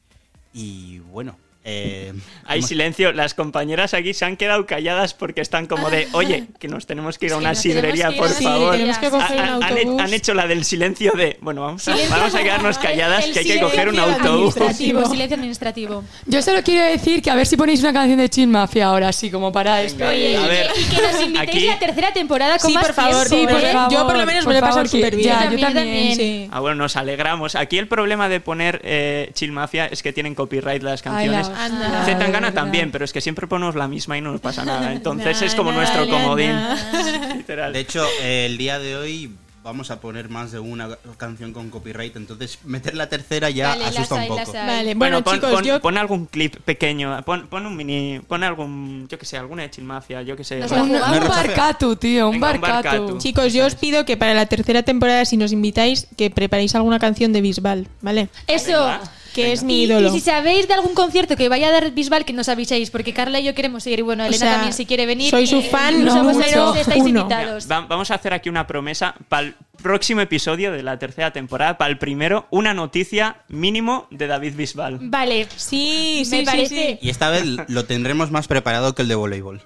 A: Y bueno...
C: Hay silencio, las compañeras aquí se han quedado calladas porque están como de, oye, que nos tenemos que ir a
F: Es que
C: una
F: nos tenemos
C: sidrería,
F: que ir
C: por
F: a una
C: favor.
F: sidrería.
E: Tenemos que coger un autobús.
C: Han hecho la del silencio de, bueno, vamos a quedarnos calladas,
F: El
C: que hay que coger un
F: silencio
C: autobús.
F: administrativo, silencio administrativo.
D: Yo solo quiero decir que a ver si ponéis una canción de Chill Mafia ahora, así como para despedir.
F: Oye,
C: A ver,
F: y que nos invitéis
C: aquí-
F: la tercera temporada con
E: Sí,
F: más
E: por favor.
F: tiempo,
D: Sí, por
F: ¿eh?
D: favor.
E: Yo por lo menos me lo he pasado
D: favor, que-
E: súper bien.
D: Ya, yo
F: Yo también.
D: también.
E: Sí.
C: Ah, bueno, nos alegramos. Aquí el problema de poner Chill Mafia es que tienen copyright las
D: Ay, la
C: canciones.
D: hostia,
C: Z
D: de
C: Tangana
D: verdad.
C: también, pero es que siempre ponemos la misma y no nos pasa nada. Entonces es como
E: Na,
C: nuestro
E: na,
C: comodín.
E: na.
C: Literal.
A: De hecho, el día de hoy vamos a poner más de una canción con copyright, entonces meter la tercera ya
F: Vale,
A: asusta
F: las hay,
A: un
F: las
A: poco.
F: hay.
E: Vale, bueno, chicos, yo...
C: pon algún clip pequeño, pon un mini, pon algún, yo que sé, alguna de Chill Mafia, yo que sé.
F: Nos
C: Bueno,
D: Un,
F: vamos.
D: un barcatu, tío, un
C: Venga, un
D: barcatu.
C: barcatu.
E: Chicos, yo os pido que para la tercera temporada, si nos invitáis, que preparéis alguna canción de Bisbal, ¿vale?
F: Eso.
C: Venga.
E: Que es mi
F: Y
E: ídolo.
F: si sabéis de algún concierto que vaya a dar Bisbal, que nos aviséis, porque Carla y yo queremos seguir. Y bueno, Elena
E: sea,
F: también, si quiere venir.
E: soy su fan
F: no somos
E: número
F: héroes, estáis
E: uno.
F: invitados.
C: Vamos a hacer aquí una promesa para el próximo episodio de la tercera temporada, para el primero, una noticia mínimo de David Bisbal.
F: Vale.
E: Sí, sí,
F: Me
E: sí,
F: parece-
E: sí.
A: Y esta vez lo tendremos más preparado que el de voleibol.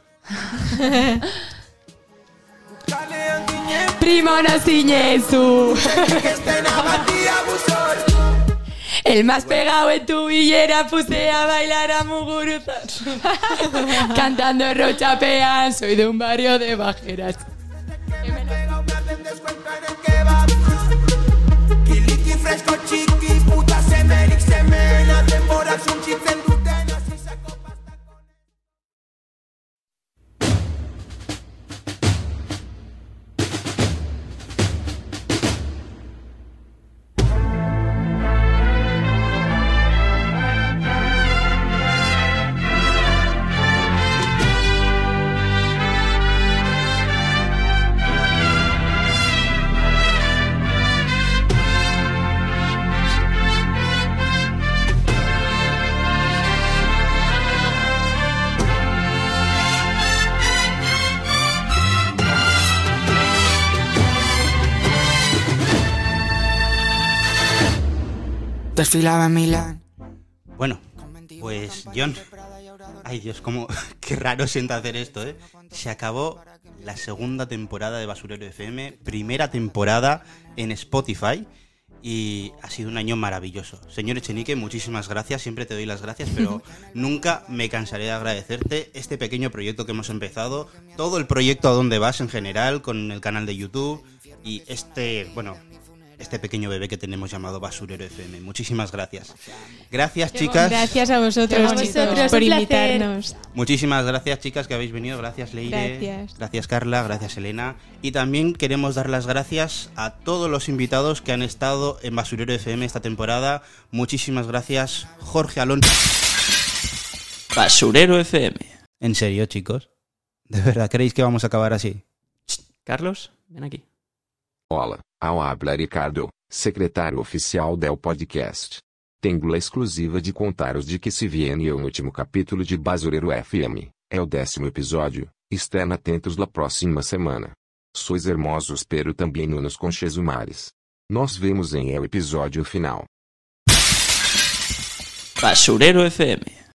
D: Primo Nasiñesu. El más pegado en tu villera puse a bailar a Muguruzas. Cantando rochapean, soy de un barrio de bajeras.
B: Fresco, chiqui, puta, semen, semena, temporas, un chip en dutenas y saco pasta con... Desfilaba en Milán.
A: Bueno, pues John. Ay Dios, qué raro siento hacer esto, ¿eh? Se acabó la segunda temporada de Basurero FM, primera temporada en Spotify. Y ha sido un año maravilloso. Señor Echenique, muchísimas gracias. Siempre te doy las gracias, pero nunca me cansaré de agradecerte este pequeño proyecto que hemos empezado, todo el proyecto A Dónde Vas en general, con el canal de YouTube y este pequeño bebé que tenemos llamado Basurero FM. Muchísimas gracias. Gracias, chicas.
E: Gracias a vosotros, chicos, por invitarnos.
A: Muchísimas gracias, chicas, que habéis venido. Gracias, Leire. Gracias, Carla. Gracias, Elena. Y también queremos dar las gracias a todos los invitados que han estado en Basurero FM esta temporada. Muchísimas gracias, Jorge Alonso.
K: Basurero FM.
A: ¿En serio, chicos? ¿De verdad creéis que vamos a acabar así?
C: Carlos, ven aquí.
L: Olá, ao habla Ricardo, secretário oficial del podcast. Tenho a exclusiva de contaros de que se viene o último capítulo de Basurero FM, é o 10º episódio, estén atentos la próxima semana. Sois hermosos pero também unos conchesumares. Nos vemos em el episódio final.
K: Basurero FM.